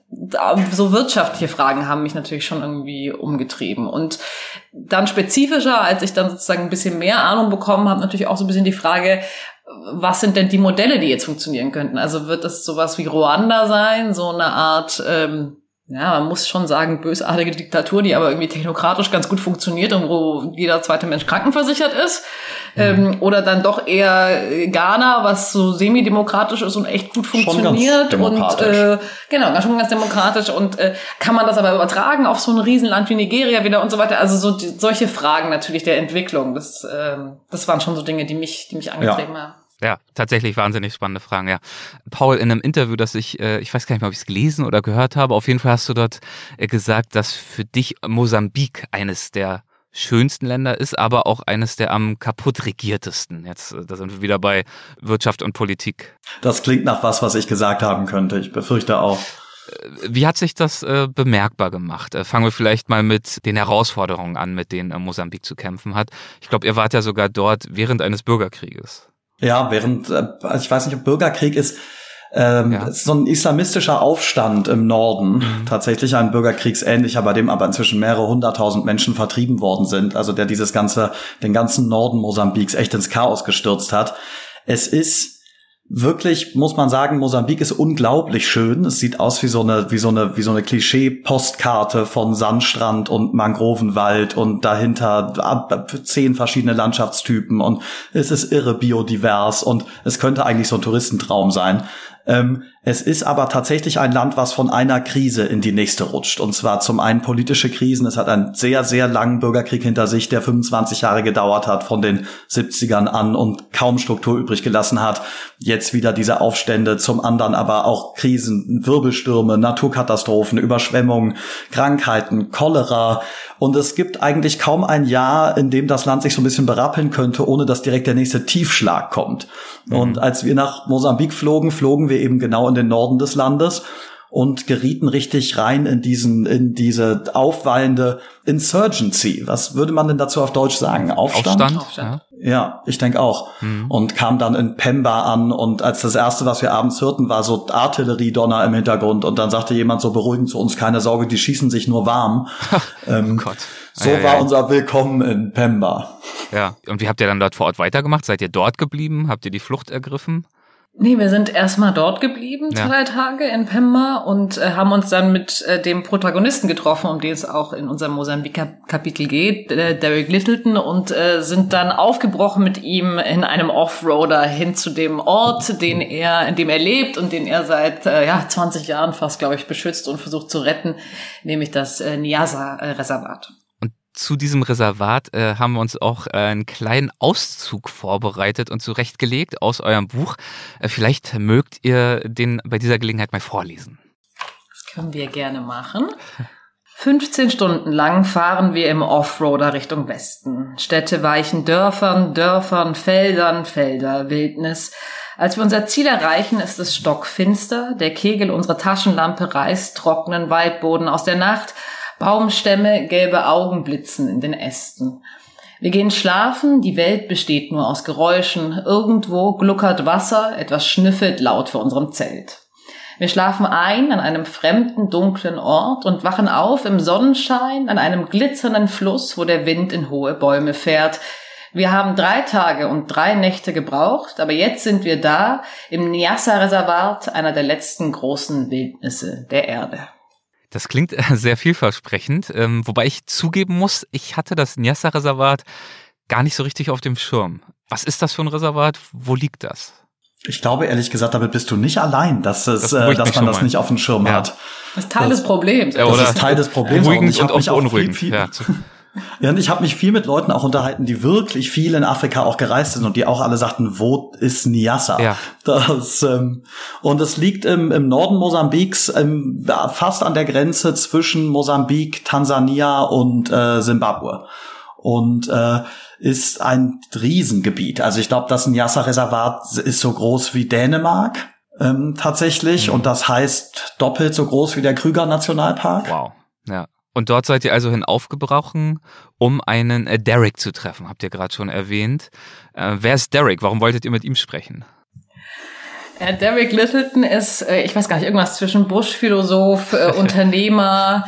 so wirtschaftliche Fragen haben mich natürlich schon irgendwie umgetrieben. Und dann spezifischer, als ich dann sozusagen ein bisschen mehr Ahnung bekommen habe, natürlich auch so ein bisschen die Frage, was sind denn die Modelle, die jetzt funktionieren könnten? Also wird das sowas wie Ruanda sein, so eine Art, ähm, ja, man muss schon sagen, bösartige Diktatur, die aber irgendwie technokratisch ganz gut funktioniert und wo jeder zweite Mensch krankenversichert ist. Mhm. Ähm, oder dann doch eher Ghana, was so semi-demokratisch ist und echt gut funktioniert. Schon ganz und äh, genau, schon ganz demokratisch. Und äh, kann man das aber übertragen auf so ein Riesenland wie Nigeria wieder und so weiter? Also so die, solche Fragen natürlich der Entwicklung. Das, ähm, das waren schon so Dinge, die mich, die mich angetrieben ja. haben. Ja, tatsächlich wahnsinnig spannende Fragen, ja. Paul, in einem Interview, das ich, äh, ich weiß gar nicht mehr, ob ich es gelesen oder gehört habe, auf jeden Fall hast du dort äh, gesagt, dass für dich Mosambik eines der schönsten Länder ist, aber auch eines der am kaputt regiertesten. Jetzt, äh, da sind wir wieder bei Wirtschaft und Politik. Das klingt nach was, was ich gesagt haben könnte. Ich befürchte auch. Wie hat sich das äh, bemerkbar gemacht? Äh, fangen wir vielleicht mal mit den Herausforderungen an, mit denen äh, Mosambik zu kämpfen hat. Ich glaube, ihr wart ja sogar dort während eines Bürgerkrieges. Ja, während, also ich weiß nicht, ob Bürgerkrieg ist, ähm, ja. ist so ein islamistischer Aufstand im Norden, mhm. tatsächlich ein Bürgerkriegsähnlicher, bei dem aber inzwischen mehrere hunderttausend Menschen vertrieben worden sind, also der dieses ganze, den ganzen Norden Mosambiks echt ins Chaos gestürzt hat. Es ist wirklich, muss man sagen, Mosambik ist unglaublich schön. Es sieht aus wie so eine, wie so eine, wie so eine Klischee-Postkarte von Sandstrand und Mangrovenwald und dahinter zehn verschiedene Landschaftstypen und es ist irre biodivers und es könnte eigentlich so ein Touristentraum sein. Ähm, es ist aber tatsächlich ein Land, was von einer Krise in die nächste rutscht. Und zwar zum einen politische Krisen. Es hat einen sehr, sehr langen Bürgerkrieg hinter sich, der fünfundzwanzig Jahre gedauert hat, von den siebzigern an und kaum Struktur übrig gelassen hat. Jetzt wieder diese Aufstände, zum anderen aber auch Krisen, Wirbelstürme, Naturkatastrophen, Überschwemmungen, Krankheiten, Cholera. Und es gibt eigentlich kaum ein Jahr, in dem das Land sich so ein bisschen berappeln könnte, ohne dass direkt der nächste Tiefschlag kommt. Mhm. Und als wir nach Mosambik flogen, flogen wir eben genau in den Norden des Landes und gerieten richtig rein in diesen, in diese aufwallende Insurgency. Was würde man denn dazu auf Deutsch sagen? Aufstand? Aufstand, Aufstand. Ja, ja, ich denke auch. Mhm. Und kam dann in Pemba an und als das erste, was wir abends hörten, war so Artilleriedonner im Hintergrund und dann sagte jemand so beruhigend zu uns, keine Sorge, die schießen sich nur warm. ähm, oh Gott. So ah, ja, war ja. unser Willkommen in Pemba. Ja, und wie habt ihr dann dort vor Ort weitergemacht? Seid ihr dort geblieben? Habt ihr die Flucht ergriffen? Nee, wir sind erstmal dort geblieben, Ja. zwei Tage in Pemba und äh, haben uns dann mit äh, dem Protagonisten getroffen, um den es auch in unserem Mosambik-Kapitel geht, äh, Derek Littleton, und äh, sind dann aufgebrochen mit ihm in einem Offroader hin zu dem Ort, den er, in dem er lebt und den er seit äh, ja zwanzig Jahren fast, glaube ich, beschützt und versucht zu retten, nämlich das äh, Niassa-Reservat. Zu diesem Reservat äh, haben wir uns auch äh, einen kleinen Auszug vorbereitet und zurechtgelegt aus eurem Buch. Äh, vielleicht mögt ihr den bei dieser Gelegenheit mal vorlesen. Das können wir gerne machen. fünfzehn Stunden lang fahren wir im Offroader Richtung Westen. Städte weichen Dörfern, Dörfern, Feldern, Felder, Wildnis. Als wir unser Ziel erreichen, ist es stockfinster. Der Kegel unserer Taschenlampe reißt trockenen Waldboden aus der Nacht. Baumstämme, gelbe Augen blitzen in den Ästen. Wir gehen schlafen, die Welt besteht nur aus Geräuschen. Irgendwo gluckert Wasser, etwas schnüffelt laut vor unserem Zelt. Wir schlafen ein an einem fremden, dunklen Ort und wachen auf im Sonnenschein an einem glitzernden Fluss, wo der Wind in hohe Bäume fährt. Wir haben drei Tage und drei Nächte gebraucht, aber jetzt sind wir da, im Niassa-Reservat, einer der letzten großen Wildnisse der Erde. Das klingt äh, sehr vielversprechend, ähm, wobei ich zugeben muss, ich hatte das Niassa-Reservat gar nicht so richtig auf dem Schirm. Was ist das für ein Reservat? Wo liegt das? Ich glaube, ehrlich gesagt, damit bist du nicht allein, dass es, Das äh, beruhigt dass mich man schon das mal. nicht auf dem Schirm Ja. hat. Das ist Teil Das- des Problems. Ja, Das oder ist Teil des Problems. beruhigend ich und hab mich auch auch beunruhigend. Viel, viel, Ja, zu- Ja, und ich habe mich viel mit Leuten auch unterhalten, die wirklich viel in Afrika auch gereist sind und die auch alle sagten, wo ist Niassa? Ja. Das, ähm, und es liegt im, im Norden Mosambiks, ähm, ja, fast an der Grenze zwischen Mosambik, Tansania und äh, Simbabwe. Und äh, ist ein Riesengebiet. Also ich glaube, das Niassa-Reservat ist so groß wie Dänemark ähm, tatsächlich. Mhm. Und das heißt doppelt so groß wie der Krüger-Nationalpark. Wow. Ja. Und dort seid ihr also hin aufgebrochen, um einen äh, Derek zu treffen, habt ihr gerade schon erwähnt. Äh, wer ist Derek? Warum wolltet ihr mit ihm sprechen? Ja, Derek Littleton ist, äh, ich weiß gar nicht, irgendwas zwischen Bush-Philosoph, äh, Unternehmer,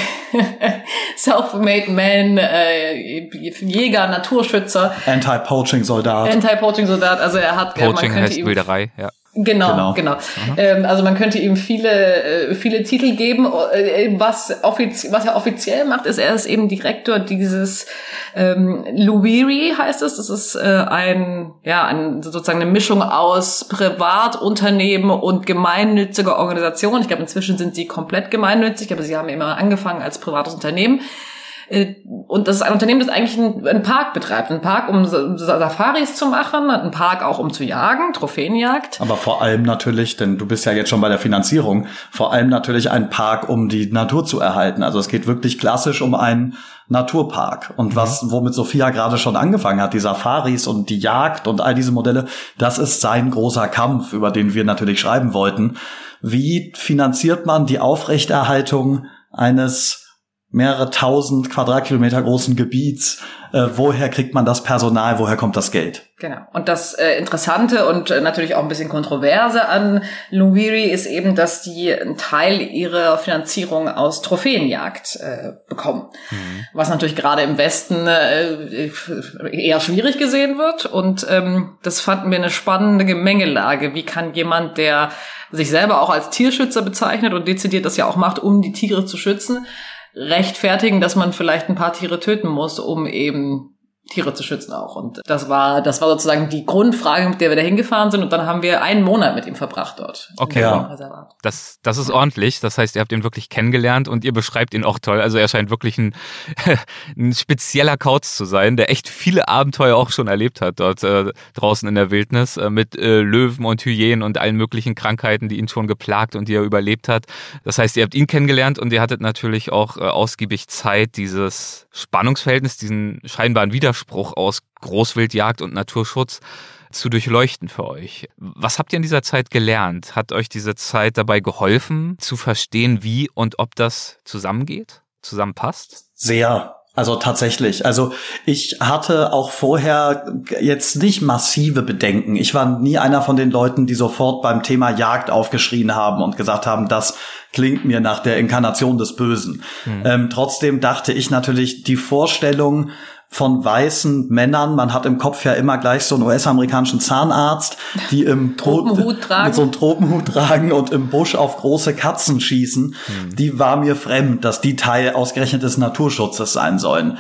Self-made Man, äh, Jäger, Naturschützer, Anti-Poaching-Soldat. Anti-Poaching-Soldat. Also er hat, ja, man Poaching könnte heißt ihm Wilderei, ja. Genau, Genau. genau. Ähm, also man könnte ihm viele, äh, viele Titel geben. Äh, was, offiz- was er offiziell macht, ist, er ist eben Direktor dieses ähm, Luwiri heißt es. Das ist äh, ein, ja, ein, sozusagen eine Mischung aus Privatunternehmen und gemeinnütziger Organisation. Ich glaube, inzwischen sind sie komplett gemeinnützig, aber sie haben immer angefangen als privates Unternehmen. Und das ist ein Unternehmen, das eigentlich einen, einen Park betreibt. Einen Park, um Safaris zu machen, einen Park auch, um zu jagen, Trophäenjagd. Aber vor allem natürlich, denn du bist ja jetzt schon bei der Finanzierung, vor allem natürlich ein Park, um die Natur zu erhalten. Also es geht wirklich klassisch um einen Naturpark. Und was, womit Sophia gerade schon angefangen hat, die Safaris und die Jagd und all diese Modelle, das ist sein großer Kampf, über den wir natürlich schreiben wollten. Wie finanziert man die Aufrechterhaltung eines mehrere tausend Quadratkilometer großen Gebiets Äh, woher kriegt man das Personal? Woher kommt das Geld? Genau. Und das äh, Interessante und äh, natürlich auch ein bisschen Kontroverse an Luwiri ist eben, dass die einen Teil ihrer Finanzierung aus Trophäenjagd äh, bekommen. Mhm. Was natürlich gerade im Westen äh, eher schwierig gesehen wird. Und ähm, das fanden wir eine spannende Gemengelage. Wie kann jemand, der sich selber auch als Tierschützer bezeichnet und dezidiert das ja auch macht, um die Tiere zu schützen, rechtfertigen, dass man vielleicht ein paar Tiere töten muss, um eben Tiere zu schützen auch. Und das war, das war sozusagen die Grundfrage, mit der wir da hingefahren sind. Und dann haben wir einen Monat mit ihm verbracht dort. Okay, ja. Das, das ist ordentlich. Das heißt, ihr habt ihn wirklich kennengelernt und ihr beschreibt ihn auch toll. Also er scheint wirklich ein, ein spezieller Kauz zu sein, der echt viele Abenteuer auch schon erlebt hat dort äh, draußen in der Wildnis äh, mit äh, Löwen und Hyänen und allen möglichen Krankheiten, die ihn schon geplagt und die er überlebt hat. Das heißt, ihr habt ihn kennengelernt und ihr hattet natürlich auch äh, ausgiebig Zeit, dieses Spannungsverhältnis, diesen scheinbaren Widerspruch Spruch aus Großwildjagd und Naturschutz zu durchleuchten für euch. Was habt ihr in dieser Zeit gelernt? Hat euch diese Zeit dabei geholfen, zu verstehen, wie und ob das zusammengeht, zusammenpasst? Sehr. Also tatsächlich. Also ich hatte auch vorher jetzt nicht massive Bedenken. Ich war nie einer von den Leuten, die sofort beim Thema Jagd aufgeschrien haben und gesagt haben, das klingt mir nach der Inkarnation des Bösen. Mhm. Ähm, trotzdem dachte ich natürlich, die Vorstellung von weißen Männern, man hat im Kopf ja immer gleich so einen U S-amerikanischen Zahnarzt, die im Tropenhut tragen. mit so einem Tropenhut tragen und im Busch auf große Katzen schießen, mhm. die war mir fremd, dass die Teil ausgerechnet des Naturschutzes sein sollen.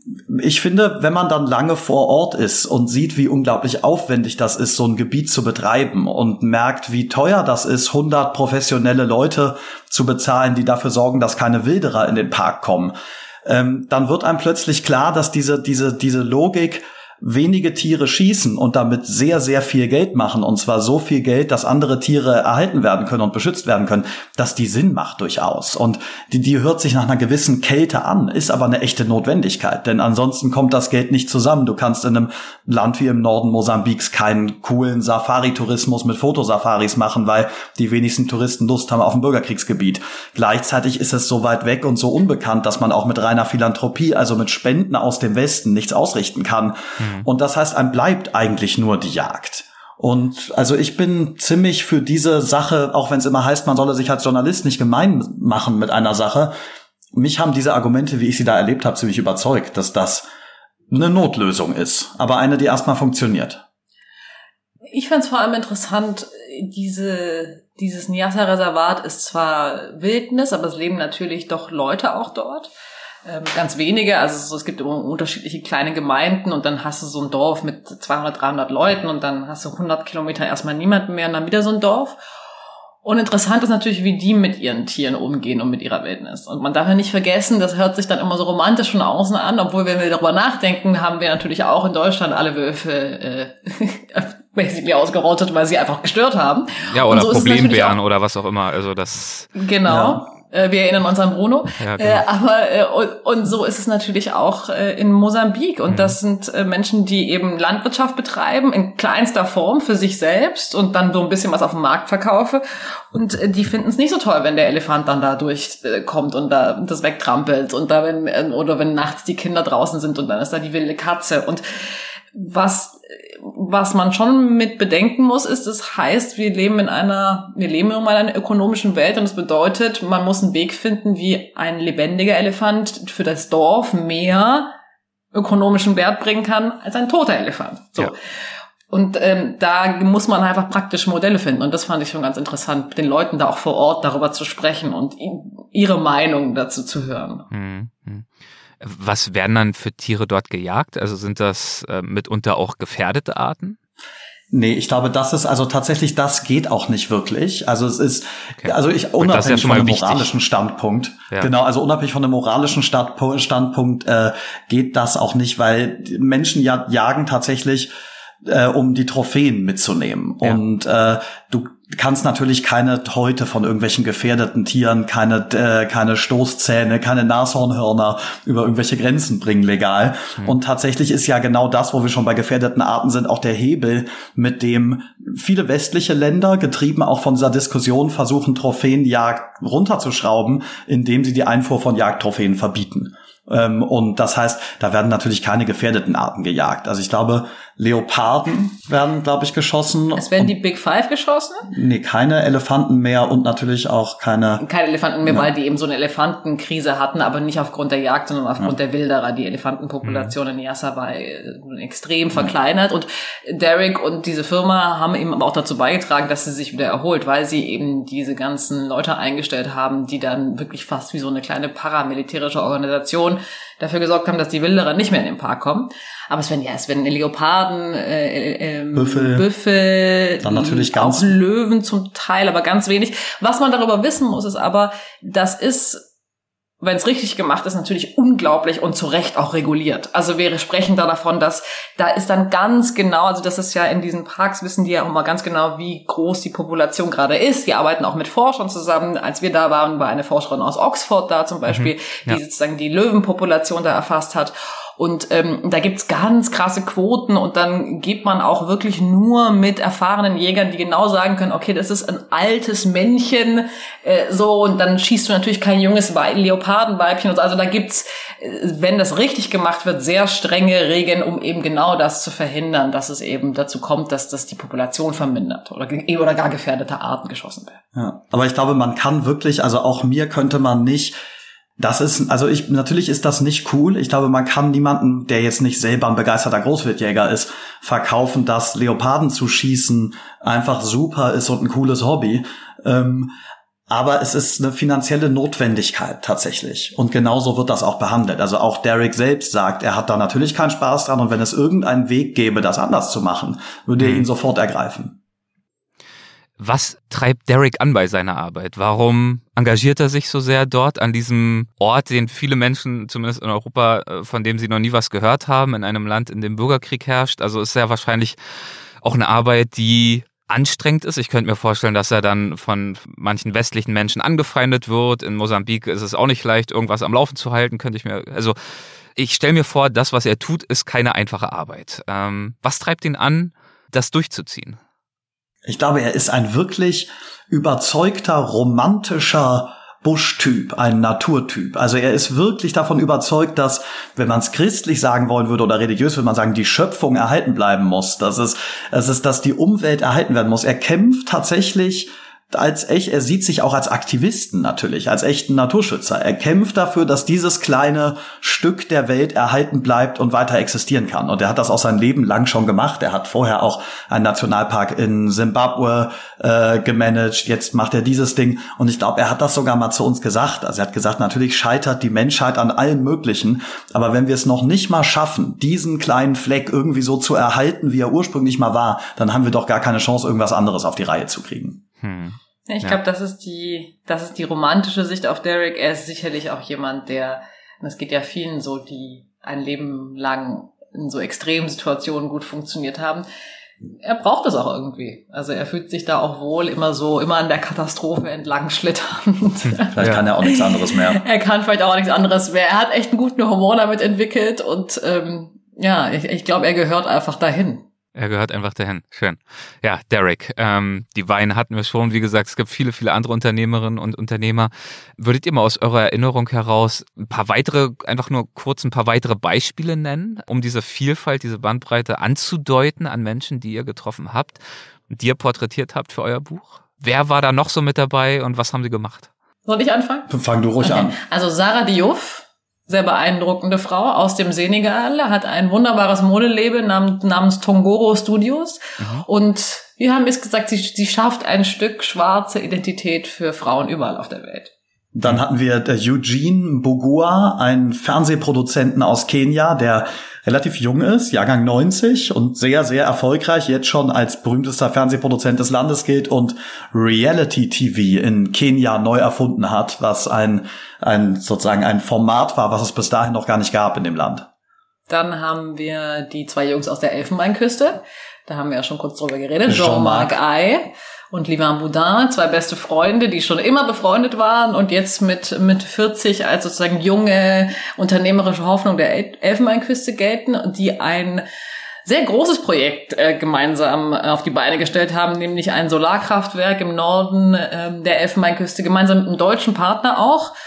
Ich finde, wenn man dann lange vor Ort ist und sieht, wie unglaublich aufwendig das ist, so ein Gebiet zu betreiben und merkt, wie teuer das ist, hundert professionelle Leute zu bezahlen, die dafür sorgen, dass keine Wilderer in den Park kommen, Ähm, dann wird einem plötzlich klar, dass diese, diese, diese Logik, wenige Tiere schießen und damit sehr, sehr viel Geld machen, und zwar so viel Geld, dass andere Tiere erhalten werden können und beschützt werden können, dass die Sinn macht durchaus. Und die, die hört sich nach einer gewissen Kälte an, ist aber eine echte Notwendigkeit, denn ansonsten kommt das Geld nicht zusammen. Du kannst in einem Land wie im Norden Mosambiks keinen coolen Safari-Tourismus mit Fotosafaris machen, weil die wenigsten Touristen Lust haben auf ein Bürgerkriegsgebiet. Gleichzeitig ist es so weit weg und so unbekannt, dass man auch mit reiner Philanthropie, also mit Spenden aus dem Westen, nichts ausrichten kann. Und das heißt, einem bleibt eigentlich nur die Jagd. Und also ich bin ziemlich für diese Sache, auch wenn es immer heißt, man solle sich als Journalist nicht gemein machen mit einer Sache. Mich haben diese Argumente, wie ich sie da erlebt habe, ziemlich überzeugt, dass das eine Notlösung ist, aber eine, die erstmal funktioniert. Ich fand es vor allem interessant, diese, dieses Niassa-Reservat ist zwar Wildnis, aber es leben natürlich doch Leute auch dort. Ähm, ganz wenige, also so, es gibt immer unterschiedliche kleine Gemeinden und dann hast du so ein Dorf mit zweihundert, dreihundert Leuten und dann hast du hundert Kilometer erstmal niemanden mehr und dann wieder so ein Dorf. Und interessant ist natürlich, wie die mit ihren Tieren umgehen und mit ihrer Wildnis. Und man darf ja nicht vergessen, das hört sich dann immer so romantisch von außen an, obwohl, wenn wir darüber nachdenken, haben wir natürlich auch in Deutschland alle Wölfe äh, basically ausgerottet, weil sie einfach gestört haben. Ja, oder so Problembären oder was auch immer. Also das. Genau. Ja. Wir erinnern uns an Bruno. Ja, genau. äh, aber äh, und, und so ist es natürlich auch äh, in Mosambik. Und mhm. das sind äh, Menschen, die eben Landwirtschaft betreiben, in kleinster Form für sich selbst und dann so ein bisschen was auf dem Markt verkaufe. Und äh, die finden es nicht so toll, wenn der Elefant dann da durchkommt äh, und da das wegtrampelt. Und da wenn äh, oder wenn nachts die Kinder draußen sind und dann ist da die wilde Katze. Und was was man schon mit bedenken muss, ist, das heißt, wir leben in einer, wir leben in einer ökonomischen Welt und das bedeutet, man muss einen Weg finden, wie ein lebendiger Elefant für das Dorf mehr ökonomischen Wert bringen kann als ein toter Elefant. So. Ja. Und ähm, da muss man einfach praktische Modelle finden und das fand ich schon ganz interessant, mit den Leuten da auch vor Ort darüber zu sprechen und ihre Meinung dazu zu hören. Mhm. Was werden dann für Tiere dort gejagt? Also sind das äh, mitunter auch gefährdete Arten? Nee, ich glaube, das ist, also tatsächlich, das geht auch nicht wirklich. Also es ist, okay. also ich, unabhängig ja von einem moralischen Standpunkt, ja. genau, also unabhängig von einem moralischen Standpunkt äh, geht das auch nicht, weil Menschen ja jagen tatsächlich, äh, um die Trophäen mitzunehmen. Ja. Und äh, du kannst natürlich keine Häute von irgendwelchen gefährdeten Tieren, keine äh, keine Stoßzähne, keine Nashornhörner über irgendwelche Grenzen bringen legal. Mhm. Und tatsächlich ist ja genau das, wo wir schon bei gefährdeten Arten sind, auch der Hebel, mit dem viele westliche Länder, getrieben auch von dieser Diskussion, versuchen, Trophäenjagd runterzuschrauben, indem sie die Einfuhr von Jagdtrophäen verbieten. Ähm, und das heißt, da werden natürlich keine gefährdeten Arten gejagt. Also ich glaube, Leoparden werden, glaube ich, geschossen. Es werden die Big Five geschossen? Nee, keine Elefanten mehr und natürlich auch keine... Keine Elefanten mehr, ja. weil die eben so eine Elefantenkrise hatten, aber nicht aufgrund der Jagd, sondern aufgrund ja. der Wilderer. Die Elefantenpopulation mhm. in Nyassa war extrem verkleinert und Derek und diese Firma haben eben aber auch dazu beigetragen, dass sie sich wieder erholt, weil sie eben diese ganzen Leute eingestellt haben, die dann wirklich fast wie so eine kleine paramilitärische Organisation dafür gesorgt haben, dass die Wilderer nicht mehr in den Park kommen. Aber es werden ja, es werden Leoparden, äh, äh, Büffel, Büffel, dann natürlich ganz auch Löwen zum Teil, aber ganz wenig. Was man darüber wissen muss, ist aber, das ist, wenn es richtig gemacht ist, natürlich unglaublich und zu Recht auch reguliert. Also wir sprechen da davon, dass da ist dann ganz genau, also das ist ja in diesen Parks, wissen die ja auch mal ganz genau, wie groß die Population gerade ist. Die arbeiten auch mit Forschern zusammen. Als wir da waren, war eine Forscherin aus Oxford da zum Beispiel, mhm, ja. die sozusagen die Löwenpopulation da erfasst hat. Und ähm, da gibt's ganz krasse Quoten und dann geht man auch wirklich nur mit erfahrenen Jägern, die genau sagen können, okay, das ist ein altes Männchen, äh, so, und dann schießt du natürlich kein junges Wei- Leopardenweibchen. Und so. Also da gibt's, äh, wenn das richtig gemacht wird, sehr strenge Regeln, um eben genau das zu verhindern, dass es eben dazu kommt, dass das die Population vermindert oder, oder gar gefährdete Arten geschossen werden. Ja, aber ich glaube, man kann wirklich, also auch mir könnte man nicht Das ist, also ich, natürlich ist das nicht cool. Ich glaube, man kann niemanden, der jetzt nicht selber ein begeisterter Großwildjäger ist, verkaufen, dass Leoparden zu schießen einfach super ist und ein cooles Hobby. Ähm, aber es ist eine finanzielle Notwendigkeit tatsächlich. Und genauso wird das auch behandelt. Also auch Derek selbst sagt, er hat da natürlich keinen Spaß dran. Und wenn es irgendeinen Weg gäbe, das anders zu machen, würde er ihn sofort ergreifen. Was treibt Derek an bei seiner Arbeit? Warum engagiert er sich so sehr dort an diesem Ort, den viele Menschen, zumindest in Europa, von dem sie noch nie was gehört haben, in einem Land, in dem Bürgerkrieg herrscht? Also ist ja wahrscheinlich auch eine Arbeit, die anstrengend ist. Ich könnte mir vorstellen, dass er dann von manchen westlichen Menschen angefeindet wird. In Mosambik ist es auch nicht leicht, irgendwas am Laufen zu halten, könnte ich mir, also ich stelle mir vor, das, was er tut, ist keine einfache Arbeit. Ähm, was treibt ihn an, das durchzuziehen? Ich glaube, er ist ein wirklich überzeugter, romantischer Buschtyp, ein Naturtyp. Also er ist wirklich davon überzeugt, dass, wenn man es christlich sagen wollen würde oder religiös, würde man sagen, die Schöpfung erhalten bleiben muss. Das ist, es ist, dass die Umwelt erhalten werden muss. Er kämpft tatsächlich als echt, er sieht sich auch als Aktivisten natürlich, als echten Naturschützer. Er kämpft dafür, dass dieses kleine Stück der Welt erhalten bleibt und weiter existieren kann. Und er hat das auch sein Leben lang schon gemacht. Er hat vorher auch einen Nationalpark in Simbabwe äh, gemanagt. Jetzt macht er dieses Ding. Und ich glaube, er hat das sogar mal zu uns gesagt. Also er hat gesagt, natürlich scheitert die Menschheit an allen Möglichen. Aber wenn wir es noch nicht mal schaffen, diesen kleinen Fleck irgendwie so zu erhalten, wie er ursprünglich mal war, dann haben wir doch gar keine Chance, irgendwas anderes auf die Reihe zu kriegen. Hm. Ich ja. glaube, das ist die, das ist die romantische Sicht auf Derek. Er ist sicherlich auch jemand, der, und es geht ja vielen so, die ein Leben lang in so extremen Situationen gut funktioniert haben. Er braucht das auch irgendwie. Also er fühlt sich da auch wohl, immer so, immer an der Katastrophe entlang schlitternd. Vielleicht ja. kann er auch nichts anderes mehr. Er kann vielleicht auch nichts anderes mehr. Er hat echt einen guten Humor damit entwickelt und ähm, ja, ich, ich glaube, er gehört einfach dahin. Er gehört einfach dahin. Schön. Ja, Derek, ähm, die Weine hatten wir schon. Wie gesagt, es gibt viele, viele andere Unternehmerinnen und Unternehmer. Würdet ihr mal aus eurer Erinnerung heraus ein paar weitere, einfach nur kurz ein paar weitere Beispiele nennen, um diese Vielfalt, diese Bandbreite anzudeuten an Menschen, die ihr getroffen habt, die ihr porträtiert habt für euer Buch? Wer war da noch so mit dabei und was haben sie gemacht? Soll ich anfangen? Fang du ruhig okay. an. Also Sarah Diouf, sehr beeindruckende Frau aus dem Senegal, hat ein wunderbares Modelabel namens, namens Tongoro Studios. Mhm. Und wir haben es gesagt, sie, sie schafft ein Stück schwarze Identität für Frauen überall auf der Welt. Dann hatten wir der Eugene Mbugua, einen Fernsehproduzenten aus Kenia, der relativ jung ist, Jahrgang neunzig und sehr, sehr erfolgreich, jetzt schon als berühmtester Fernsehproduzent des Landes gilt und Reality-T V in Kenia neu erfunden hat, was ein, ein sozusagen ein Format war, was es bis dahin noch gar nicht gab in dem Land. Dann haben wir die zwei Jungs aus der Elfenbeinküste. Da haben wir ja schon kurz drüber geredet. Jean-Marc Ay und Livan Boudin, zwei beste Freunde, die schon immer befreundet waren und jetzt mit mit vierzig als sozusagen junge unternehmerische Hoffnung der Elfenbeinküste gelten und die ein sehr großes Projekt äh, gemeinsam auf die Beine gestellt haben, nämlich ein Solarkraftwerk im Norden äh, der Elfenbeinküste, gemeinsam mit einem deutschen Partner auch.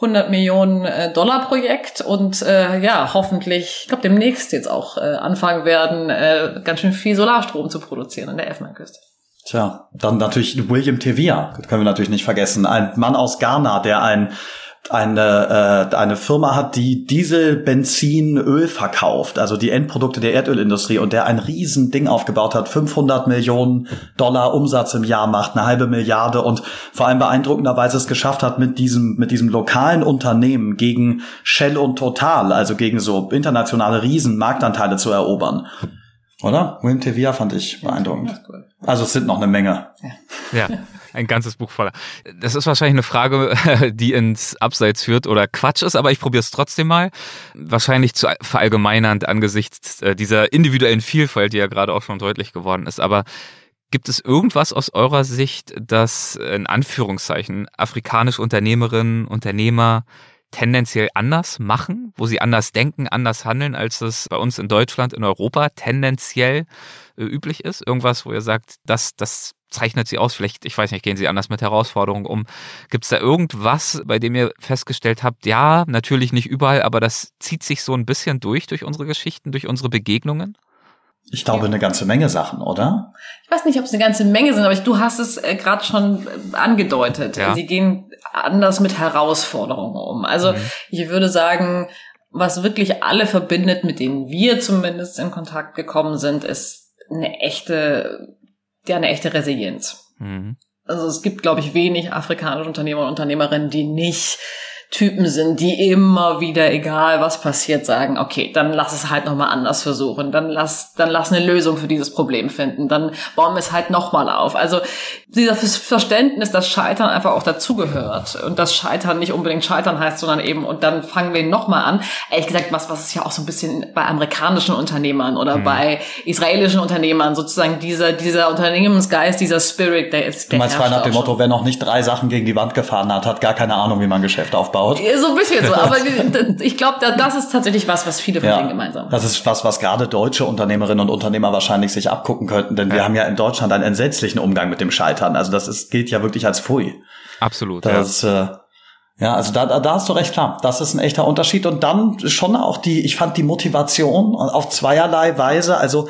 hundert Millionen Dollar Projekt und äh, ja, hoffentlich, ich glaube demnächst jetzt auch äh, anfangen werden, äh, ganz schön viel Solarstrom zu produzieren an der Elfenbeinküste. Tja, dann natürlich William Tevia, das können wir natürlich nicht vergessen. Ein Mann aus Ghana, der ein eine äh, eine Firma hat, die Diesel, Benzin, Öl verkauft, also die Endprodukte der Erdölindustrie, und der ein riesen Ding aufgebaut hat, fünfhundert Millionen Dollar Umsatz im Jahr macht, eine halbe Milliarde, und vor allem beeindruckenderweise es geschafft hat, mit diesem mit diesem lokalen Unternehmen gegen Shell und Total, also gegen so internationale Riesen, Marktanteile zu erobern. Oder? William Tevia fand ich beeindruckend. Cool. Also es sind noch eine Menge. Ja. Ja. Ein ganzes Buch voller. Das ist wahrscheinlich eine Frage, die ins Abseits führt oder Quatsch ist, aber ich probiere es trotzdem mal. Wahrscheinlich zu verallgemeinernd angesichts dieser individuellen Vielfalt, die ja gerade auch schon deutlich geworden ist. Aber gibt es irgendwas aus eurer Sicht, das in Anführungszeichen afrikanische Unternehmerinnen, Unternehmer tendenziell anders machen, wo sie anders denken, anders handeln, als es bei uns in Deutschland, in Europa tendenziell äh, üblich ist? Irgendwas, wo ihr sagt, das, das zeichnet sie aus? Vielleicht, ich weiß nicht, gehen sie anders mit Herausforderungen um? Gibt es da irgendwas, bei dem ihr festgestellt habt, ja, natürlich nicht überall, aber das zieht sich so ein bisschen durch, durch unsere Geschichten, durch unsere Begegnungen? Ich glaube, eine ganze Menge Sachen, oder? Ich weiß nicht, ob es eine ganze Menge sind, aber ich, du hast es äh, gerade schon äh, angedeutet. Ja. Sie gehen anders mit Herausforderungen um. Also mhm. ich würde sagen, was wirklich alle verbindet, mit denen wir zumindest in Kontakt gekommen sind, ist eine echte, ja, eine echte Resilienz. Mhm. Also es gibt, glaube ich, wenig afrikanische Unternehmer und Unternehmerinnen, die nicht Typen sind, die immer wieder, egal was passiert, sagen, okay, dann lass es halt nochmal anders versuchen, dann lass, dann lass eine Lösung für dieses Problem finden, dann bauen wir es halt nochmal auf. Also dieses Verständnis, dass Scheitern einfach auch dazugehört und dass Scheitern nicht unbedingt Scheitern heißt, sondern eben, und dann fangen wir nochmal an. Ehrlich gesagt, was, was ist ja auch so ein bisschen bei amerikanischen Unternehmern oder mhm. bei israelischen Unternehmern sozusagen dieser, dieser Unternehmensgeist, dieser Spirit, der ist, der Du meinst frei nach dem Motto, wer noch nicht drei Sachen gegen die Wand gefahren hat, hat gar keine Ahnung, wie man Geschäft aufbaut. So ein bisschen so, aber ich glaube, das ist tatsächlich was, was viele von ja, denen gemeinsam haben. Das ist was, was gerade deutsche Unternehmerinnen und Unternehmer wahrscheinlich sich abgucken könnten, denn ja. wir haben ja in Deutschland einen entsetzlichen Umgang mit dem Scheitern. Also das ist, gilt ja wirklich als Pfui. Absolut. Das, ja. Äh, ja, also da, da hast du recht, klar. Das ist ein echter Unterschied. Und dann schon auch die, ich fand die Motivation auf zweierlei Weise. Also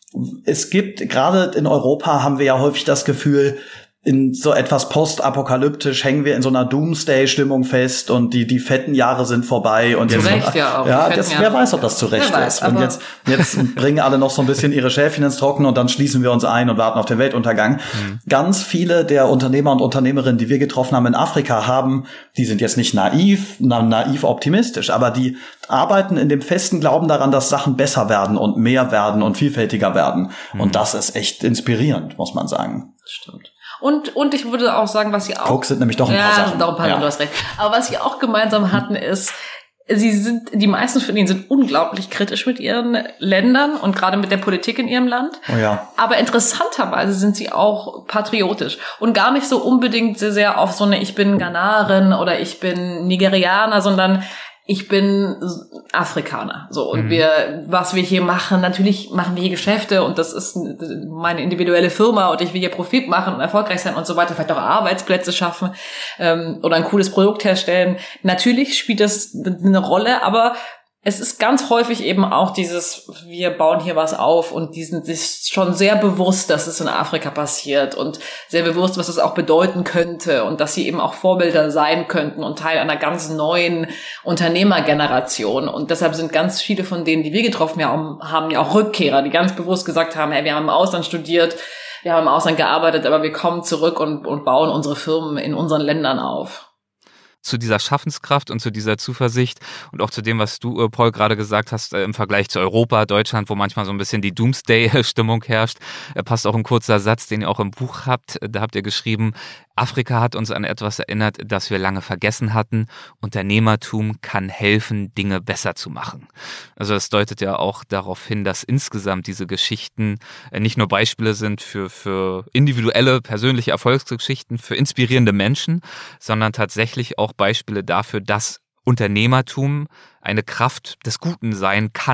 es gibt, gerade in Europa haben wir ja häufig das Gefühl, in so etwas postapokalyptisch hängen wir in so einer Doomsday-Stimmung fest und die die fetten Jahre sind vorbei und zu jetzt Recht, ja auch. Ja, das, wer weiß, ob das zu Recht weiß, ist. Und jetzt jetzt bringen alle noch so ein bisschen ihre Schäfchen ins Trockene und dann schließen wir uns ein und warten auf den Weltuntergang. Mhm. Ganz viele der Unternehmer und Unternehmerinnen, die wir getroffen haben in Afrika, haben, die sind jetzt nicht naiv, na, naiv optimistisch, aber die arbeiten in dem festen Glauben daran, dass Sachen besser werden und mehr werden und vielfältiger werden. Mhm. Und das ist echt inspirierend, muss man sagen. Stimmt. Und, und ich würde auch sagen, was sie auch... Coke sind nämlich doch ein paar ja, Sachen. Doch ein paar, ja, du hast recht. Aber was sie auch gemeinsam hatten, ist, sie sind, die meisten von ihnen sind unglaublich kritisch mit ihren Ländern und gerade mit der Politik in ihrem Land. Oh ja. Aber interessanterweise sind sie auch patriotisch und gar nicht so unbedingt sehr, sehr auf so eine Ich bin Ghanaerin oder ich bin Nigerianer, sondern ich bin Afrikaner. So, und mhm. wir, was wir hier machen, natürlich machen wir hier Geschäfte und das ist meine individuelle Firma und ich will hier Profit machen und erfolgreich sein und so weiter, vielleicht auch Arbeitsplätze schaffen ähm, oder ein cooles Produkt herstellen. Natürlich spielt das eine Rolle, aber es ist ganz häufig eben auch dieses, wir bauen hier was auf und die sind sich schon sehr bewusst, dass es in Afrika passiert und sehr bewusst, was es auch bedeuten könnte und dass sie eben auch Vorbilder sein könnten und Teil einer ganz neuen Unternehmergeneration. Und deshalb sind ganz viele von denen, die wir getroffen haben, haben ja auch Rückkehrer, die ganz bewusst gesagt haben, hey, wir haben im Ausland studiert, wir haben im Ausland gearbeitet, aber wir kommen zurück und, und bauen unsere Firmen in unseren Ländern auf. Zu dieser Schaffenskraft und zu dieser Zuversicht und auch zu dem, was du, Paul, gerade gesagt hast, im Vergleich zu Europa, Deutschland, wo manchmal so ein bisschen die Doomsday-Stimmung herrscht, passt auch ein kurzer Satz, den ihr auch im Buch habt. Da habt ihr geschrieben, Afrika hat uns an etwas erinnert, das wir lange vergessen hatten. Unternehmertum kann helfen, Dinge besser zu machen. Also das deutet ja auch darauf hin, dass insgesamt diese Geschichten nicht nur Beispiele sind für, für individuelle, persönliche Erfolgsgeschichten, für inspirierende Menschen, sondern tatsächlich auch Beispiele dafür, dass Unternehmertum eine Kraft des Guten sein kann.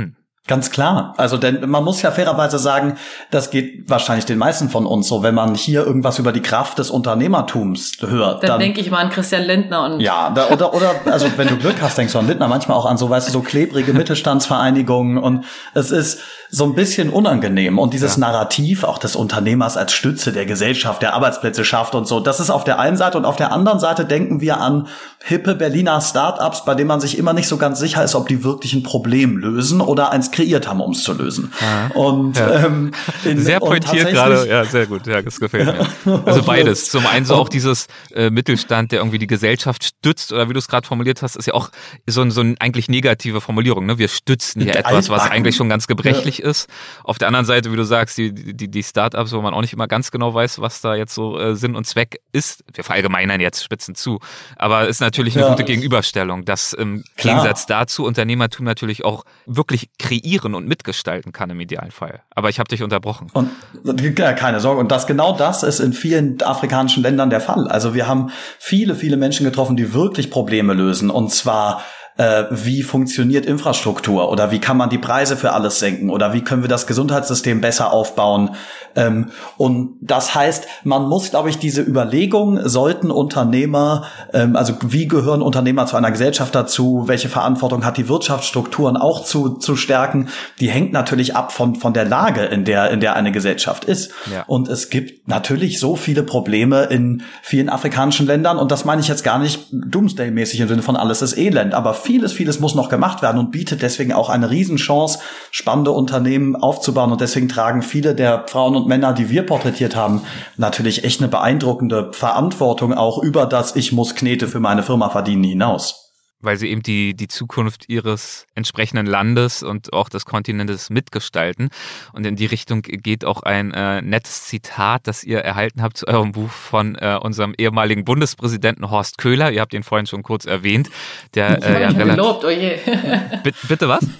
Ganz klar. Also denn man muss ja fairerweise sagen, das geht wahrscheinlich den meisten von uns so, wenn man hier irgendwas über die Kraft des Unternehmertums hört. Dann, dann denke ich mal an Christian Lindner und ja, da, oder oder also wenn du Glück hast, denkst du an Lindner manchmal auch an so, weißt du, so klebrige Mittelstandsvereinigungen und es ist so ein bisschen unangenehm und dieses ja. Narrativ auch des Unternehmers als Stütze der Gesellschaft, der Arbeitsplätze schafft und so, das ist auf der einen Seite und auf der anderen Seite denken wir an hippe Berliner Start-ups, bei denen man sich immer nicht so ganz sicher ist, ob die wirklich ein Problem lösen oder eins kreiert haben, um es zu lösen. Ja. Und ja. ähm, in, sehr pointiert gerade, ja, sehr gut, ja, das gefällt mir. Also beides. Zum einen so auch dieses äh, Mittelstand, der irgendwie die Gesellschaft stützt, oder wie du es gerade formuliert hast, ist ja auch so, ein, so eine eigentlich negative Formulierung. Ne? Wir stützen hier etwas, was eigentlich schon ganz gebrechlich ja. ist. Auf der anderen Seite, wie du sagst, die, die, die Start-ups, wo man auch nicht immer ganz genau weiß, was da jetzt so äh, Sinn und Zweck ist. Wir verallgemeinern jetzt Spitzen zu. Aber es ist natürlich eine ja. gute Gegenüberstellung, dass im Klar. Gegensatz dazu Unternehmertum natürlich auch wirklich kreieren und mitgestalten kann im Idealfall. Aber ich habe dich unterbrochen. Und ja, keine Sorge. Und das genau das ist in vielen afrikanischen Ländern der Fall. Also wir haben viele, viele Menschen getroffen, die wirklich Probleme lösen. Und zwar äh, wie funktioniert Infrastruktur oder wie kann man die Preise für alles senken oder wie können wir das Gesundheitssystem besser aufbauen. Ähm, und das heißt, man muss, glaube ich, diese Überlegung, sollten Unternehmer, ähm, also wie gehören Unternehmer zu einer Gesellschaft dazu, welche Verantwortung hat die Wirtschaftsstrukturen auch zu zu stärken, die hängt natürlich ab von von der Lage, in der in der eine Gesellschaft ist. Ja. Und es gibt natürlich so viele Probleme in vielen afrikanischen Ländern und das meine ich jetzt gar nicht Doomsday-mäßig im Sinne von alles ist Elend, aber vieles, vieles muss noch gemacht werden und bietet deswegen auch eine Riesenchance, spannende Unternehmen aufzubauen und deswegen tragen viele der Frauen und Männer, die wir porträtiert haben, natürlich echt eine beeindruckende Verantwortung auch über das Ich muss Knete für meine Firma verdienen hinaus. Weil sie eben die, die Zukunft ihres entsprechenden Landes und auch des Kontinentes mitgestalten. Und in die Richtung geht auch ein äh, nettes Zitat, das ihr erhalten habt zu eurem Buch von äh, unserem ehemaligen Bundespräsidenten Horst Köhler. Ihr habt ihn vorhin schon kurz erwähnt. Der, ich äh, ja, gelobt, oh je. B- bitte was?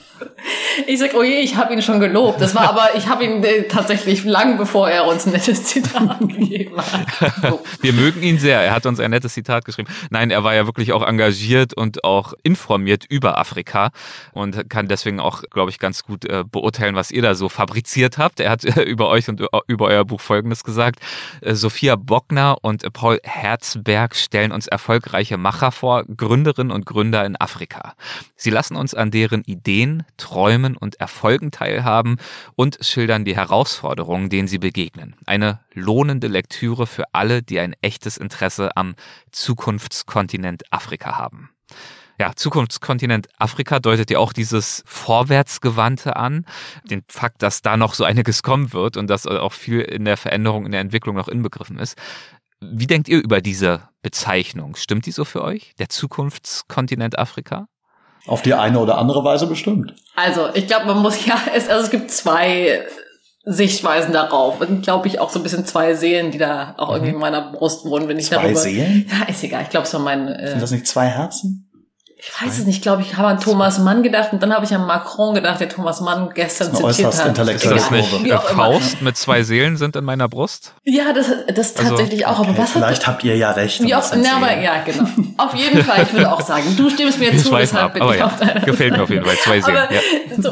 Ich sag, oh je, ich habe ihn schon gelobt. Das war aber, ich habe ihn äh, tatsächlich lang bevor er uns ein nettes Zitat gegeben hat. Oh. Wir mögen ihn sehr. Er hat uns ein nettes Zitat geschrieben. Nein, er war ja wirklich auch engagiert und auch informiert über Afrika und kann deswegen auch, glaube ich, ganz gut äh, beurteilen, was ihr da so fabriziert habt. Er hat äh, über euch und über euer Buch Folgendes gesagt. Äh, Sophia Bockner und äh, Paul Herzberg stellen uns erfolgreiche Macher vor, Gründerinnen und Gründer in Afrika. Sie lassen uns an deren Ideen, Träumen und Erfolgen teilhaben und schildern die Herausforderungen, denen sie begegnen. Eine lohnende Lektüre für alle, die ein echtes Interesse am Zukunftskontinent Afrika haben. Ja, Zukunftskontinent Afrika deutet ja auch dieses Vorwärtsgewandte an, den Fakt, dass da noch so einiges kommen wird und dass auch viel in der Veränderung, in der Entwicklung noch inbegriffen ist. Wie denkt ihr über diese Bezeichnung? Stimmt die so für euch, der Zukunftskontinent Afrika? Auf die eine oder andere Weise bestimmt. Also, ich glaube, man muss ja, es, also es gibt zwei Sichtweisen darauf und glaube ich auch so ein bisschen zwei Seelen, die da auch irgendwie in meiner Brust wohnen, wenn ich zwei darüber... Zwei Seelen? Ja, ist egal, ich glaube, es war mein... Äh, Sind das nicht zwei Herzen? Ich weiß es nicht, glaube ich, habe an Thomas Mann gedacht und dann habe ich an Macron gedacht, der Thomas Mann gestern zitiert hat. Ist das nicht äh, Faust mit zwei Seelen sind in meiner Brust? Ja, das, das tatsächlich also, auch. Aber okay, was vielleicht habt ihr ja recht. Wie auch, na, aber, ja, genau. Auf jeden Fall, ich würde auch sagen, du stimmst mir jetzt zu, deshalb bin ich ja, auf deiner gefällt mir auf jeden Fall, zwei Seelen. Aber, ja. so,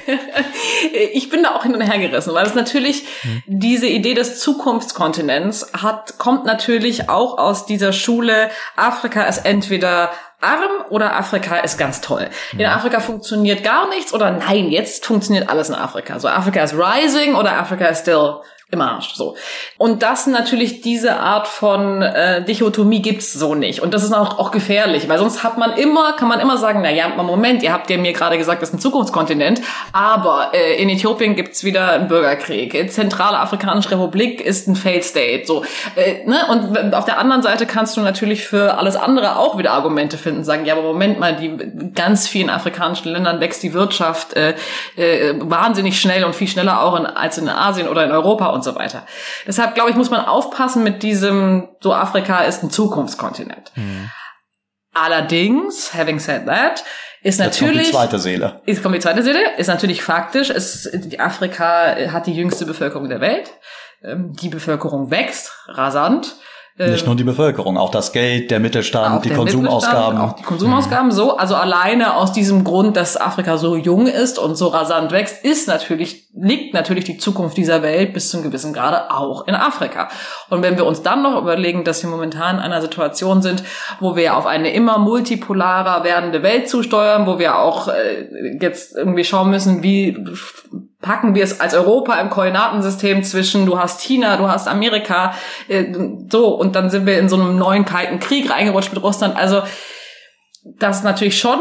ich bin da auch hin und her gerissen, weil es natürlich hm. diese Idee des Zukunftskontinents hat, kommt natürlich auch aus dieser Schule, Afrika ist entweder arm oder Afrika ist ganz toll. In ja. Afrika funktioniert gar nichts oder nein, jetzt funktioniert alles in Afrika. So, Afrika ist rising oder Afrika ist still im Arsch, so. Und das natürlich, diese Art von äh, Dichotomie gibt's so nicht. Und das ist auch, auch gefährlich, weil sonst hat man immer, kann man immer sagen, na ja, Moment, ihr habt ja mir gerade gesagt, das ist ein Zukunftskontinent, aber äh, in Äthiopien gibt's wieder einen Bürgerkrieg. In Zentrale Afrikanische Republik ist ein Failed State, so. Äh, ne? Und auf der anderen Seite kannst du natürlich für alles andere auch wieder Argumente finden, sagen, ja, aber Moment mal, die ganz vielen afrikanischen Ländern wächst die Wirtschaft äh, äh, wahnsinnig schnell und viel schneller auch in, als in Asien oder in Europa und so weiter. Deshalb, glaube ich, muss man aufpassen mit diesem, so Afrika ist ein Zukunftskontinent. Mhm. Allerdings, having said that, ist jetzt natürlich... Kommt die zweite Seele. Jetzt kommt die zweite Seele, ist natürlich faktisch, ist, Afrika hat die jüngste Bevölkerung der Welt. Die Bevölkerung wächst rasant. Nicht nur die Bevölkerung, auch das Geld, der Mittelstand, auch die der Konsumausgaben. Mittelstand, auch die Konsumausgaben, so. Also alleine aus diesem Grund, dass Afrika so jung ist und so rasant wächst, ist natürlich, liegt natürlich die Zukunft dieser Welt bis zu einem gewissen Grade auch in Afrika. Und wenn wir uns dann noch überlegen, dass wir momentan in einer Situation sind, wo wir auf eine immer multipolarer werdende Welt zusteuern, wo wir auch äh, jetzt irgendwie schauen müssen, wie packen wir es als Europa im Koordinatensystem zwischen, du hast China, du hast Amerika, äh, so, und dann sind wir in so einem neuen kalten Krieg reingerutscht mit Russland. Also das ist natürlich schon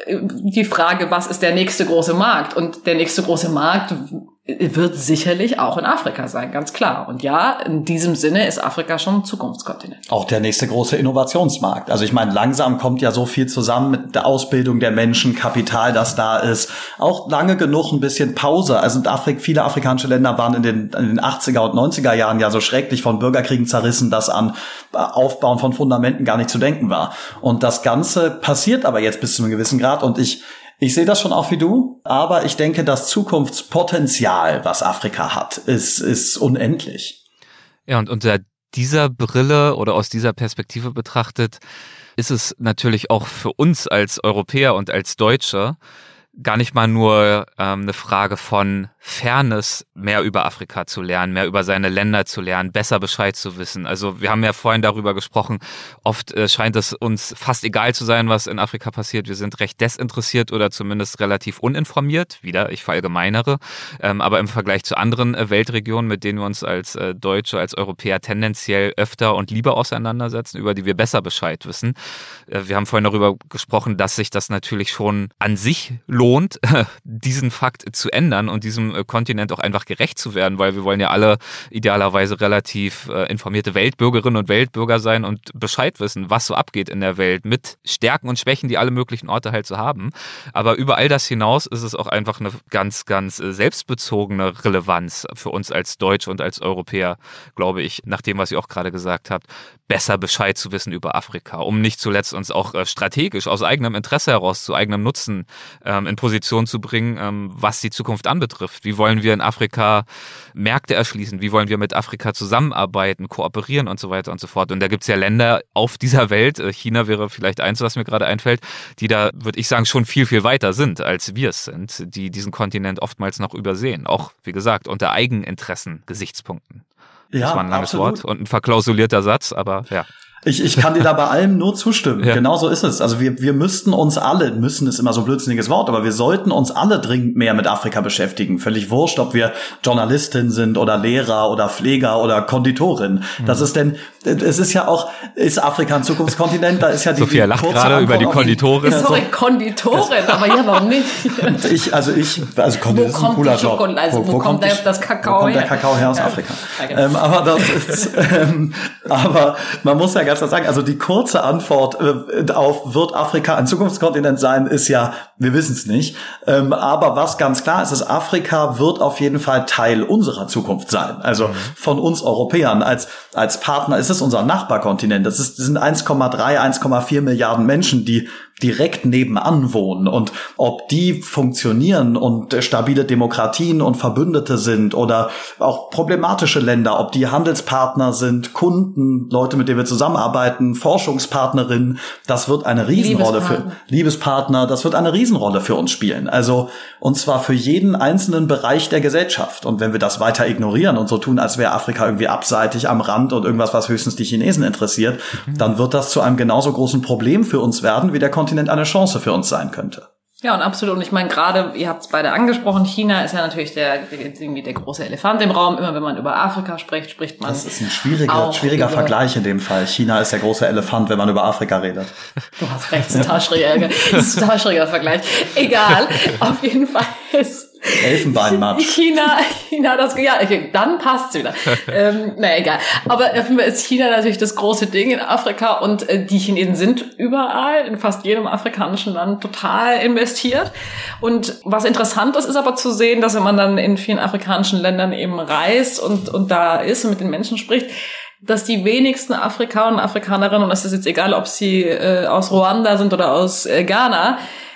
die Frage, was ist der nächste große Markt? Und der nächste große Markt wird sicherlich auch in Afrika sein, ganz klar. Und ja, in diesem Sinne ist Afrika schon ein Zukunftskontinent. Auch der nächste große Innovationsmarkt. Also ich meine, langsam kommt ja so viel zusammen mit der Ausbildung der Menschen, Kapital, das da ist. Auch lange genug ein bisschen Pause. Also Afrik, viele afrikanische Länder waren in den, in den achtziger und neunziger Jahren ja so schrecklich von Bürgerkriegen zerrissen, dass an Aufbauen von Fundamenten gar nicht zu denken war. Und das Ganze passiert aber jetzt bis zu einem gewissen Grad. Und ich Ich sehe das schon auch wie du, aber ich denke, das Zukunftspotenzial, was Afrika hat, ist, ist unendlich. Ja, und unter dieser Brille oder aus dieser Perspektive betrachtet, ist es natürlich auch für uns als Europäer und als Deutsche gar nicht mal nur ähm, eine Frage von Fairness, mehr über Afrika zu lernen, mehr über seine Länder zu lernen, besser Bescheid zu wissen. Also wir haben ja vorhin darüber gesprochen, oft äh, scheint es uns fast egal zu sein, was in Afrika passiert. Wir sind recht desinteressiert oder zumindest relativ uninformiert. Wieder, ich verallgemeinere. Ähm, aber im Vergleich zu anderen äh, Weltregionen, mit denen wir uns als äh, Deutsche, als Europäer tendenziell öfter und lieber auseinandersetzen, über die wir besser Bescheid wissen. Äh, wir haben vorhin darüber gesprochen, dass sich das natürlich schon an sich lohnt, diesen Fakt zu ändern und diesem Kontinent auch einfach gerecht zu werden, weil wir wollen ja alle idealerweise relativ äh, informierte Weltbürgerinnen und Weltbürger sein und Bescheid wissen, was so abgeht in der Welt, mit Stärken und Schwächen, die alle möglichen Orte halt so haben. Aber über all das hinaus ist es auch einfach eine ganz, ganz äh, selbstbezogene Relevanz für uns als Deutsche und als Europäer, glaube ich, nach dem, was ihr auch gerade gesagt habt, besser Bescheid zu wissen über Afrika, um nicht zuletzt uns auch äh, strategisch aus eigenem Interesse heraus zu eigenem Nutzen ähm, in Position zu bringen, ähm, was die Zukunft anbetrifft. Wie wollen wir in Afrika Märkte erschließen? Wie wollen wir mit Afrika zusammenarbeiten, kooperieren und so weiter und so fort? Und da gibt es ja Länder auf dieser Welt, China wäre vielleicht eins, was mir gerade einfällt, die da, würde ich sagen, schon viel, viel weiter sind, als wir es sind, die diesen Kontinent oftmals noch übersehen. Auch, wie gesagt, unter Eigeninteressen-Gesichtspunkten. Ja, das war ein langes absolut. Wort und ein verklausulierter Satz, aber ja. Ich, ich kann dir da bei allem nur zustimmen. Ja. Genau so ist es. Also wir, wir müssten uns alle, müssen ist immer so ein blödsinniges Wort, aber wir sollten uns alle dringend mehr mit Afrika beschäftigen. Völlig wurscht, ob wir Journalistin sind oder Lehrer oder Pfleger oder Konditorin. Mhm. Das ist denn, es ist ja auch, ist Afrika ein Zukunftskontinent? Da ist ja die Sophia lacht gerade über die Konditorin. Sorry, Konditorin, aber ja, warum nicht? ich, also ich, also Konditorin ist ein cooler Job. Also wo, wo, wo kommt der, das Kakao her? Wo kommt der Kakao her aus ja. Afrika? Ja. Ähm, aber das ist, ähm, aber man muss ja ganz klar sagen, also die kurze Antwort äh, auf, wird Afrika ein Zukunftskontinent sein, ist ja, wir wissen es nicht. Ähm, aber was ganz klar ist, ist, Afrika wird auf jeden Fall Teil unserer Zukunft sein. Also mhm. von uns Europäern als als Partner ist es unser Nachbarkontinent. Das ist, das sind eins Komma drei, eins Komma vier Milliarden Menschen, die direkt nebenan wohnen, und ob die funktionieren und stabile Demokratien und Verbündete sind oder auch problematische Länder, ob die Handelspartner sind, Kunden, Leute, mit denen wir zusammenarbeiten, Forschungspartnerinnen, das wird eine Riesenrolle für Liebespartner, das wird eine Riesenrolle für uns spielen. Also, und zwar für jeden einzelnen Bereich der Gesellschaft. Und wenn wir das weiter ignorieren und so tun, als wäre Afrika irgendwie abseitig am Rand und irgendwas, was höchstens die Chinesen interessiert, mhm. dann wird das zu einem genauso großen Problem für uns werden, wie der Kontinent eine Chance für uns sein könnte. Ja, und absolut. Und ich meine, gerade, ihr habt es beide angesprochen, China ist ja natürlich der, irgendwie der große Elefant im Raum. Immer wenn man über Afrika spricht, spricht man. Das ist ein schwieriger, schwieriger Vergleich in dem Fall. China ist der große Elefant, wenn man über Afrika redet. Du hast recht, das ist ein total schwieriger, das ist ein total schwieriger Vergleich. Egal, auf jeden Fall ist Elfenbeinmatsch. China, China, das, ja, okay, dann passt's wieder. ähm, naja, egal. Aber auf jeden Fall ist China natürlich das große Ding in Afrika, und äh, die Chinesen sind überall, in fast jedem afrikanischen Land total investiert. Und was interessant ist, ist aber zu sehen, dass wenn man dann in vielen afrikanischen Ländern eben reist und, und da ist und mit den Menschen spricht, dass die wenigsten Afrikaner und Afrikanerinnen, und das ist jetzt egal, ob sie äh, aus Ruanda sind oder aus äh, Ghana,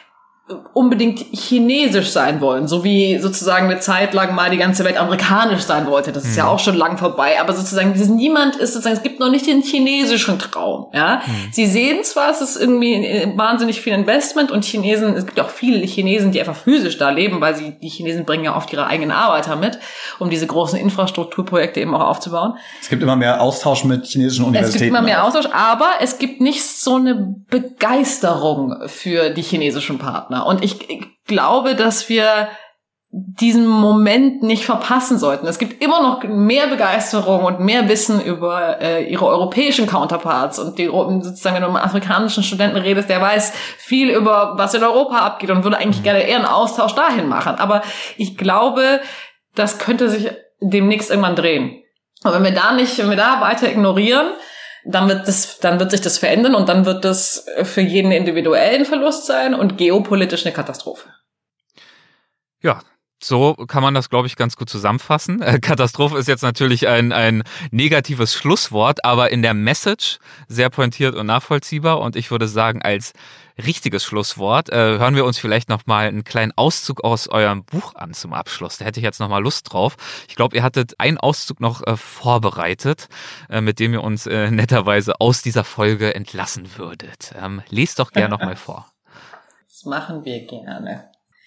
unbedingt chinesisch sein wollen, so wie sozusagen eine Zeit lang mal die ganze Welt amerikanisch sein wollte. Das ist mhm. ja auch schon lang vorbei, aber sozusagen niemand ist sozusagen, es gibt noch nicht den chinesischen Traum, ja. Mhm. Sie sehen zwar, es ist irgendwie wahnsinnig viel Investment und Chinesen, es gibt auch viele Chinesen, die einfach physisch da leben, weil sie, die Chinesen bringen ja oft ihre eigenen Arbeiter mit, um diese großen Infrastrukturprojekte eben auch aufzubauen. Es gibt immer mehr Austausch mit chinesischen Universitäten. Es gibt immer mehr Austausch, aber es gibt nicht so eine Begeisterung für die chinesischen Partner. Und ich, ich glaube, dass wir diesen Moment nicht verpassen sollten. Es gibt immer noch mehr Begeisterung und mehr Wissen über äh, ihre europäischen Counterparts. Und die, sozusagen, wenn du mit einem afrikanischen Studenten redest, der weiß viel über, was in Europa abgeht und würde eigentlich gerne eher einen Austausch dahin machen. Aber ich glaube, das könnte sich demnächst irgendwann drehen. Und wenn wir da nicht, wenn wir da weiter ignorieren, dann wird das, dann wird sich das verändern und dann wird das für jeden individuellen Verlust sein und geopolitisch eine Katastrophe. Ja, so kann man das, glaube ich, ganz gut zusammenfassen. Äh, Katastrophe ist jetzt natürlich ein, ein negatives Schlusswort, aber in der Message sehr pointiert und nachvollziehbar. Und ich würde sagen, als richtiges Schlusswort äh, hören wir uns vielleicht noch mal einen kleinen Auszug aus eurem Buch an zum Abschluss. Da hätte ich jetzt noch mal Lust drauf. Ich glaube, ihr hattet einen Auszug noch äh, vorbereitet, äh, mit dem ihr uns äh, netterweise aus dieser Folge entlassen würdet. Ähm, lest doch gerne noch mal vor. Das machen wir gerne.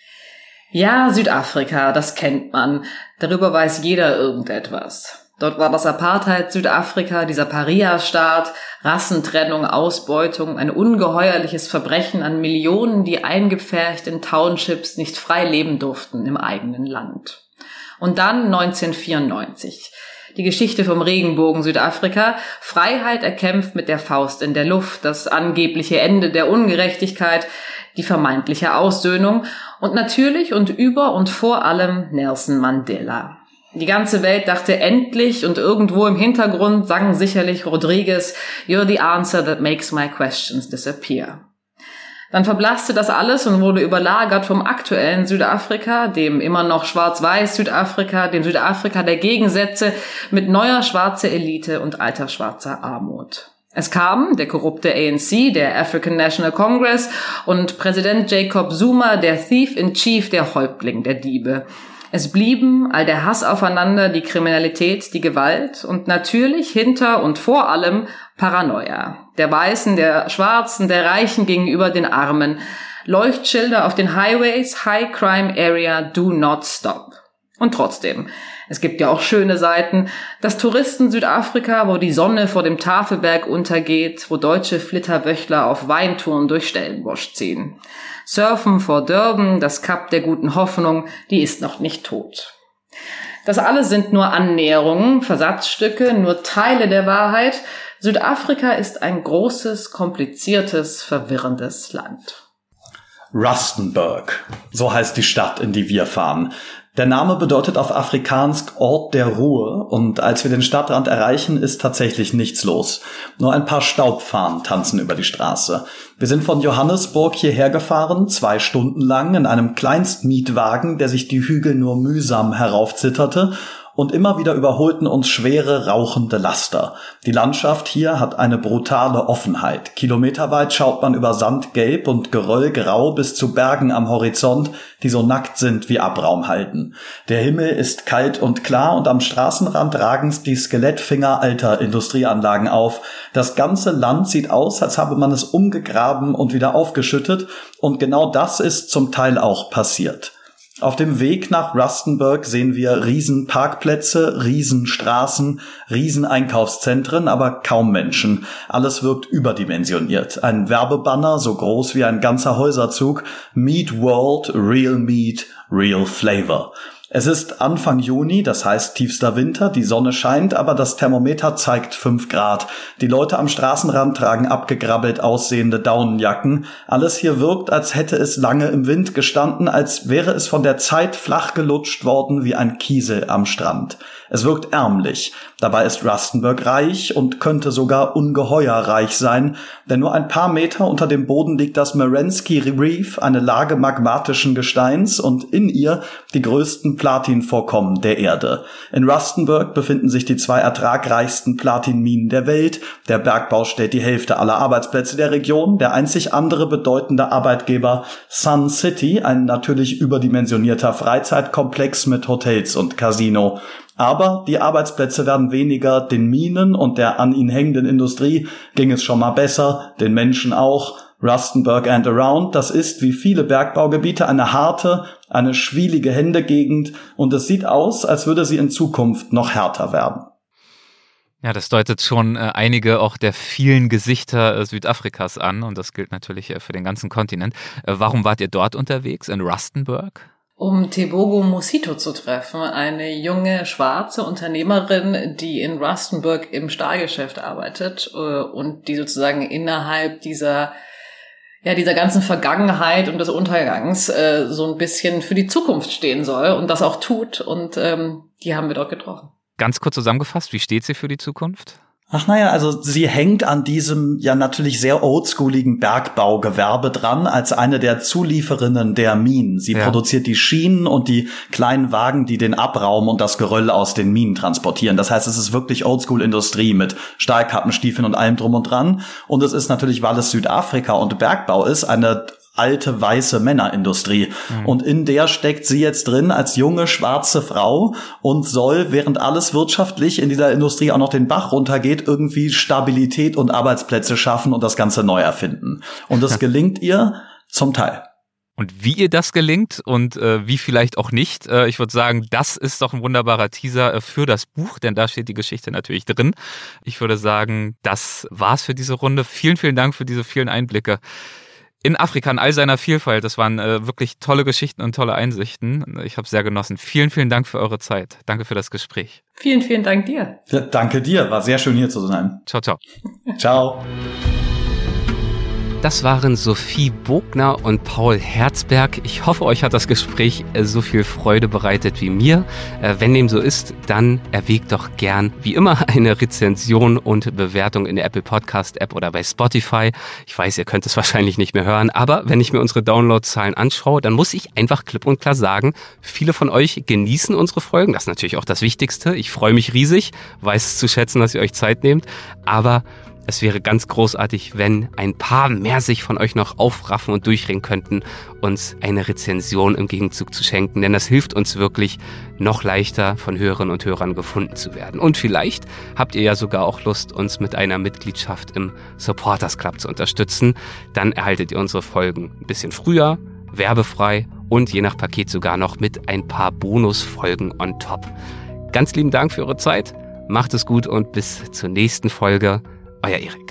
Ja, Südafrika, das kennt man. Darüber weiß jeder irgendetwas. Dort war das Apartheid-Südafrika, dieser Paria-Staat, Rassentrennung, Ausbeutung, ein ungeheuerliches Verbrechen an Millionen, die eingepfercht in Townships nicht frei leben durften im eigenen Land. Und dann neunzehnhundertvierundneunzig. Die Geschichte vom Regenbogen Südafrika, Freiheit erkämpft mit der Faust in der Luft, das angebliche Ende der Ungerechtigkeit, die vermeintliche Aussöhnung und natürlich und über und vor allem Nelson Mandela. Die ganze Welt dachte endlich und irgendwo im Hintergrund sang sicherlich Rodriguez, "You're the answer that makes my questions disappear." Dann verblasste das alles und wurde überlagert vom aktuellen Südafrika, dem immer noch schwarz-weiß Südafrika, dem Südafrika der Gegensätze mit neuer schwarzer Elite und alter schwarzer Armut. Es kam der korrupte A N C, der African National Congress und Präsident Jacob Zuma, der Thief in Chief, der Häuptling der Diebe. Es blieben all der Hass aufeinander, die Kriminalität, die Gewalt und natürlich hinter und vor allem Paranoia. Der Weißen, der Schwarzen, der Reichen gegenüber den Armen. Leuchtschilder auf den Highways, High Crime Area, do not stop. Und trotzdem, es gibt ja auch schöne Seiten. Das Touristen-Südafrika, wo die Sonne vor dem Tafelberg untergeht, wo deutsche Flitterwöchler auf Weintouren durch Stellenbosch ziehen. Surfen vor Durban, das Kap der guten Hoffnung, die ist noch nicht tot. Das alles sind nur Annäherungen, Versatzstücke, nur Teile der Wahrheit. Südafrika ist ein großes, kompliziertes, verwirrendes Land. Rustenburg, so heißt die Stadt, in die wir fahren. Der Name bedeutet auf Afrikaans Ort der Ruhe und als wir den Stadtrand erreichen, ist tatsächlich nichts los. Nur ein paar Staubfahnen tanzen über die Straße. Wir sind von Johannesburg hierher gefahren, zwei Stunden lang in einem Kleinstmietwagen, der sich die Hügel nur mühsam heraufzitterte. Und immer wieder überholten uns schwere, rauchende Laster. Die Landschaft hier hat eine brutale Offenheit. Kilometerweit schaut man über Sandgelb und Geröllgrau bis zu Bergen am Horizont, die so nackt sind wie Abraumhalden. Der Himmel ist kalt und klar und am Straßenrand ragen's die Skelettfinger alter Industrieanlagen auf. Das ganze Land sieht aus, als habe man es umgegraben und wieder aufgeschüttet. Und genau das ist zum Teil auch passiert. Auf dem Weg nach Rustenburg sehen wir Riesenparkplätze, Riesenstraßen, Rieseneinkaufszentren, aber kaum Menschen. Alles wirkt überdimensioniert. Ein Werbebanner so groß wie ein ganzer Häuserzug. Meat World, Real Meat, Real Flavor. Es ist Anfang Juni, das heißt tiefster Winter, die Sonne scheint, aber das Thermometer zeigt fünf Grad. Die Leute am Straßenrand tragen abgegrabbelt aussehende Daunenjacken. Alles hier wirkt, als hätte es lange im Wind gestanden, als wäre es von der Zeit flach gelutscht worden wie ein Kiesel am Strand. Es wirkt ärmlich. Dabei ist Rustenburg reich und könnte sogar ungeheuer reich sein, denn nur ein paar Meter unter dem Boden liegt das Merensky Reef, eine Lage magmatischen Gesteins und in ihr die größten größten Platinvorkommen der Erde. In Rustenburg befinden sich die zwei ertragreichsten Platinminen der Welt. Der Bergbau stellt die Hälfte aller Arbeitsplätze der Region. Der einzig andere bedeutende Arbeitgeber Sun City, ein natürlich überdimensionierter Freizeitkomplex mit Hotels und Casino. Aber die Arbeitsplätze werden weniger, den Minen und der an ihnen hängenden Industrie ging es schon mal besser, den Menschen auch. Rustenburg and Around, das ist wie viele Bergbaugebiete eine harte, eine schwielige Händegegend und es sieht aus, als würde sie in Zukunft noch härter werden. Ja, das deutet schon äh, einige auch der vielen Gesichter äh, Südafrikas an und das gilt natürlich äh, für den ganzen Kontinent. Äh, warum wart ihr dort unterwegs, in Rustenburg? Um Tebogo Mosito zu treffen, eine junge schwarze Unternehmerin, die in Rustenburg im Stahlgeschäft arbeitet äh, und die sozusagen innerhalb dieser ja dieser ganzen Vergangenheit und des Untergangs äh, so ein bisschen für die Zukunft stehen soll und das auch tut und ähm, die haben wir dort getroffen. Ganz kurz zusammengefasst, wie steht sie für die Zukunft? Ach naja, also sie hängt an diesem ja natürlich sehr oldschooligen Bergbaugewerbe dran als eine der Zulieferinnen der Minen. Sie ja. produziert die Schienen und die kleinen Wagen, die den Abraum und das Geröll aus den Minen transportieren. Das heißt, es ist wirklich Oldschool-Industrie mit Stahlkappenstiefeln und allem drum und dran. Und es ist natürlich, weil es Südafrika und Bergbau ist, eine alte weiße Männerindustrie. Mhm. Und in der steckt sie jetzt drin als junge schwarze Frau und soll, während alles wirtschaftlich in dieser Industrie auch noch den Bach runtergeht, irgendwie Stabilität und Arbeitsplätze schaffen und das Ganze neu erfinden. Und das gelingt ihr zum Teil. Und wie ihr das gelingt und äh, wie vielleicht auch nicht, äh, ich würde sagen, das ist doch ein wunderbarer Teaser äh, für das Buch, denn da steht die Geschichte natürlich drin. Ich würde sagen, das war's für diese Runde. Vielen, vielen Dank für diese vielen Einblicke in Afrika in all seiner Vielfalt. Das waren äh, wirklich tolle Geschichten und tolle Einsichten. Ich habe sehr genossen. Vielen, vielen Dank für eure Zeit. Danke für das Gespräch. Vielen, vielen Dank dir. Ja, danke dir. War sehr schön hier zu sein. Ciao, ciao. Ciao. Das waren Sophie Bogner und Paul Herzberg. Ich hoffe, euch hat das Gespräch so viel Freude bereitet wie mir. Wenn dem so ist, dann erwägt doch gern, wie immer, eine Rezension und Bewertung in der Apple Podcast App oder bei Spotify. Ich weiß, ihr könnt es wahrscheinlich nicht mehr hören, aber wenn ich mir unsere Downloadzahlen anschaue, dann muss ich einfach klipp und klar sagen, viele von euch genießen unsere Folgen. Das ist natürlich auch das Wichtigste. Ich freue mich riesig, weiß es zu schätzen, dass ihr euch Zeit nehmt, aber es wäre ganz großartig, wenn ein paar mehr sich von euch noch aufraffen und durchringen könnten, uns eine Rezension im Gegenzug zu schenken, denn das hilft uns wirklich, noch leichter von Hörerinnen und Hörern gefunden zu werden. Und vielleicht habt ihr ja sogar auch Lust, uns mit einer Mitgliedschaft im Supporters Club zu unterstützen. Dann erhaltet ihr unsere Folgen ein bisschen früher, werbefrei und je nach Paket sogar noch mit ein paar Bonusfolgen on top. Ganz lieben Dank für eure Zeit, macht es gut und bis zur nächsten Folge. Euer Erik.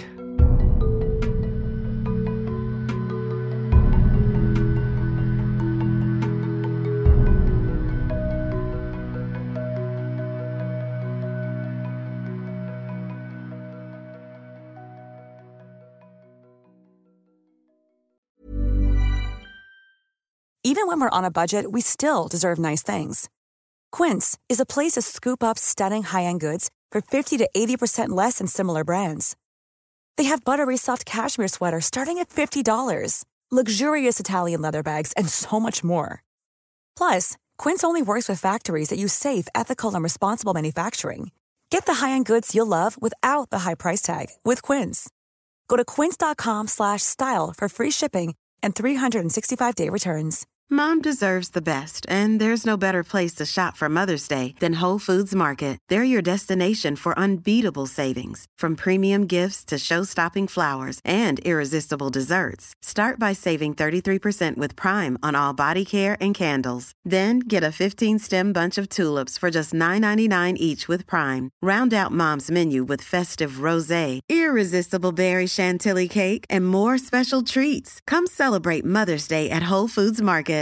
Even when we're on a budget, we still deserve nice things. Quince is a place to scoop up stunning high-end goods for fifty to eighty percent less than similar brands. They have buttery soft cashmere sweaters starting at fifty dollars, luxurious Italian leather bags, and so much more. Plus, Quince only works with factories that use safe, ethical, and responsible manufacturing. Get the high-end goods you'll love without the high price tag with Quince. Go to quince.com slash style for free shipping and three sixty-five day returns. Mom deserves the best, and there's no better place to shop for Mother's Day than Whole Foods Market. They're your destination for unbeatable savings, from premium gifts to show-stopping flowers and irresistible desserts. Start by saving thirty-three percent with Prime on all body care and candles. Then get a fifteen-stem bunch of tulips for just nine ninety-nine each with Prime. Round out Mom's menu with festive rosé, irresistible berry chantilly cake, and more special treats. Come celebrate Mother's Day at Whole Foods Market.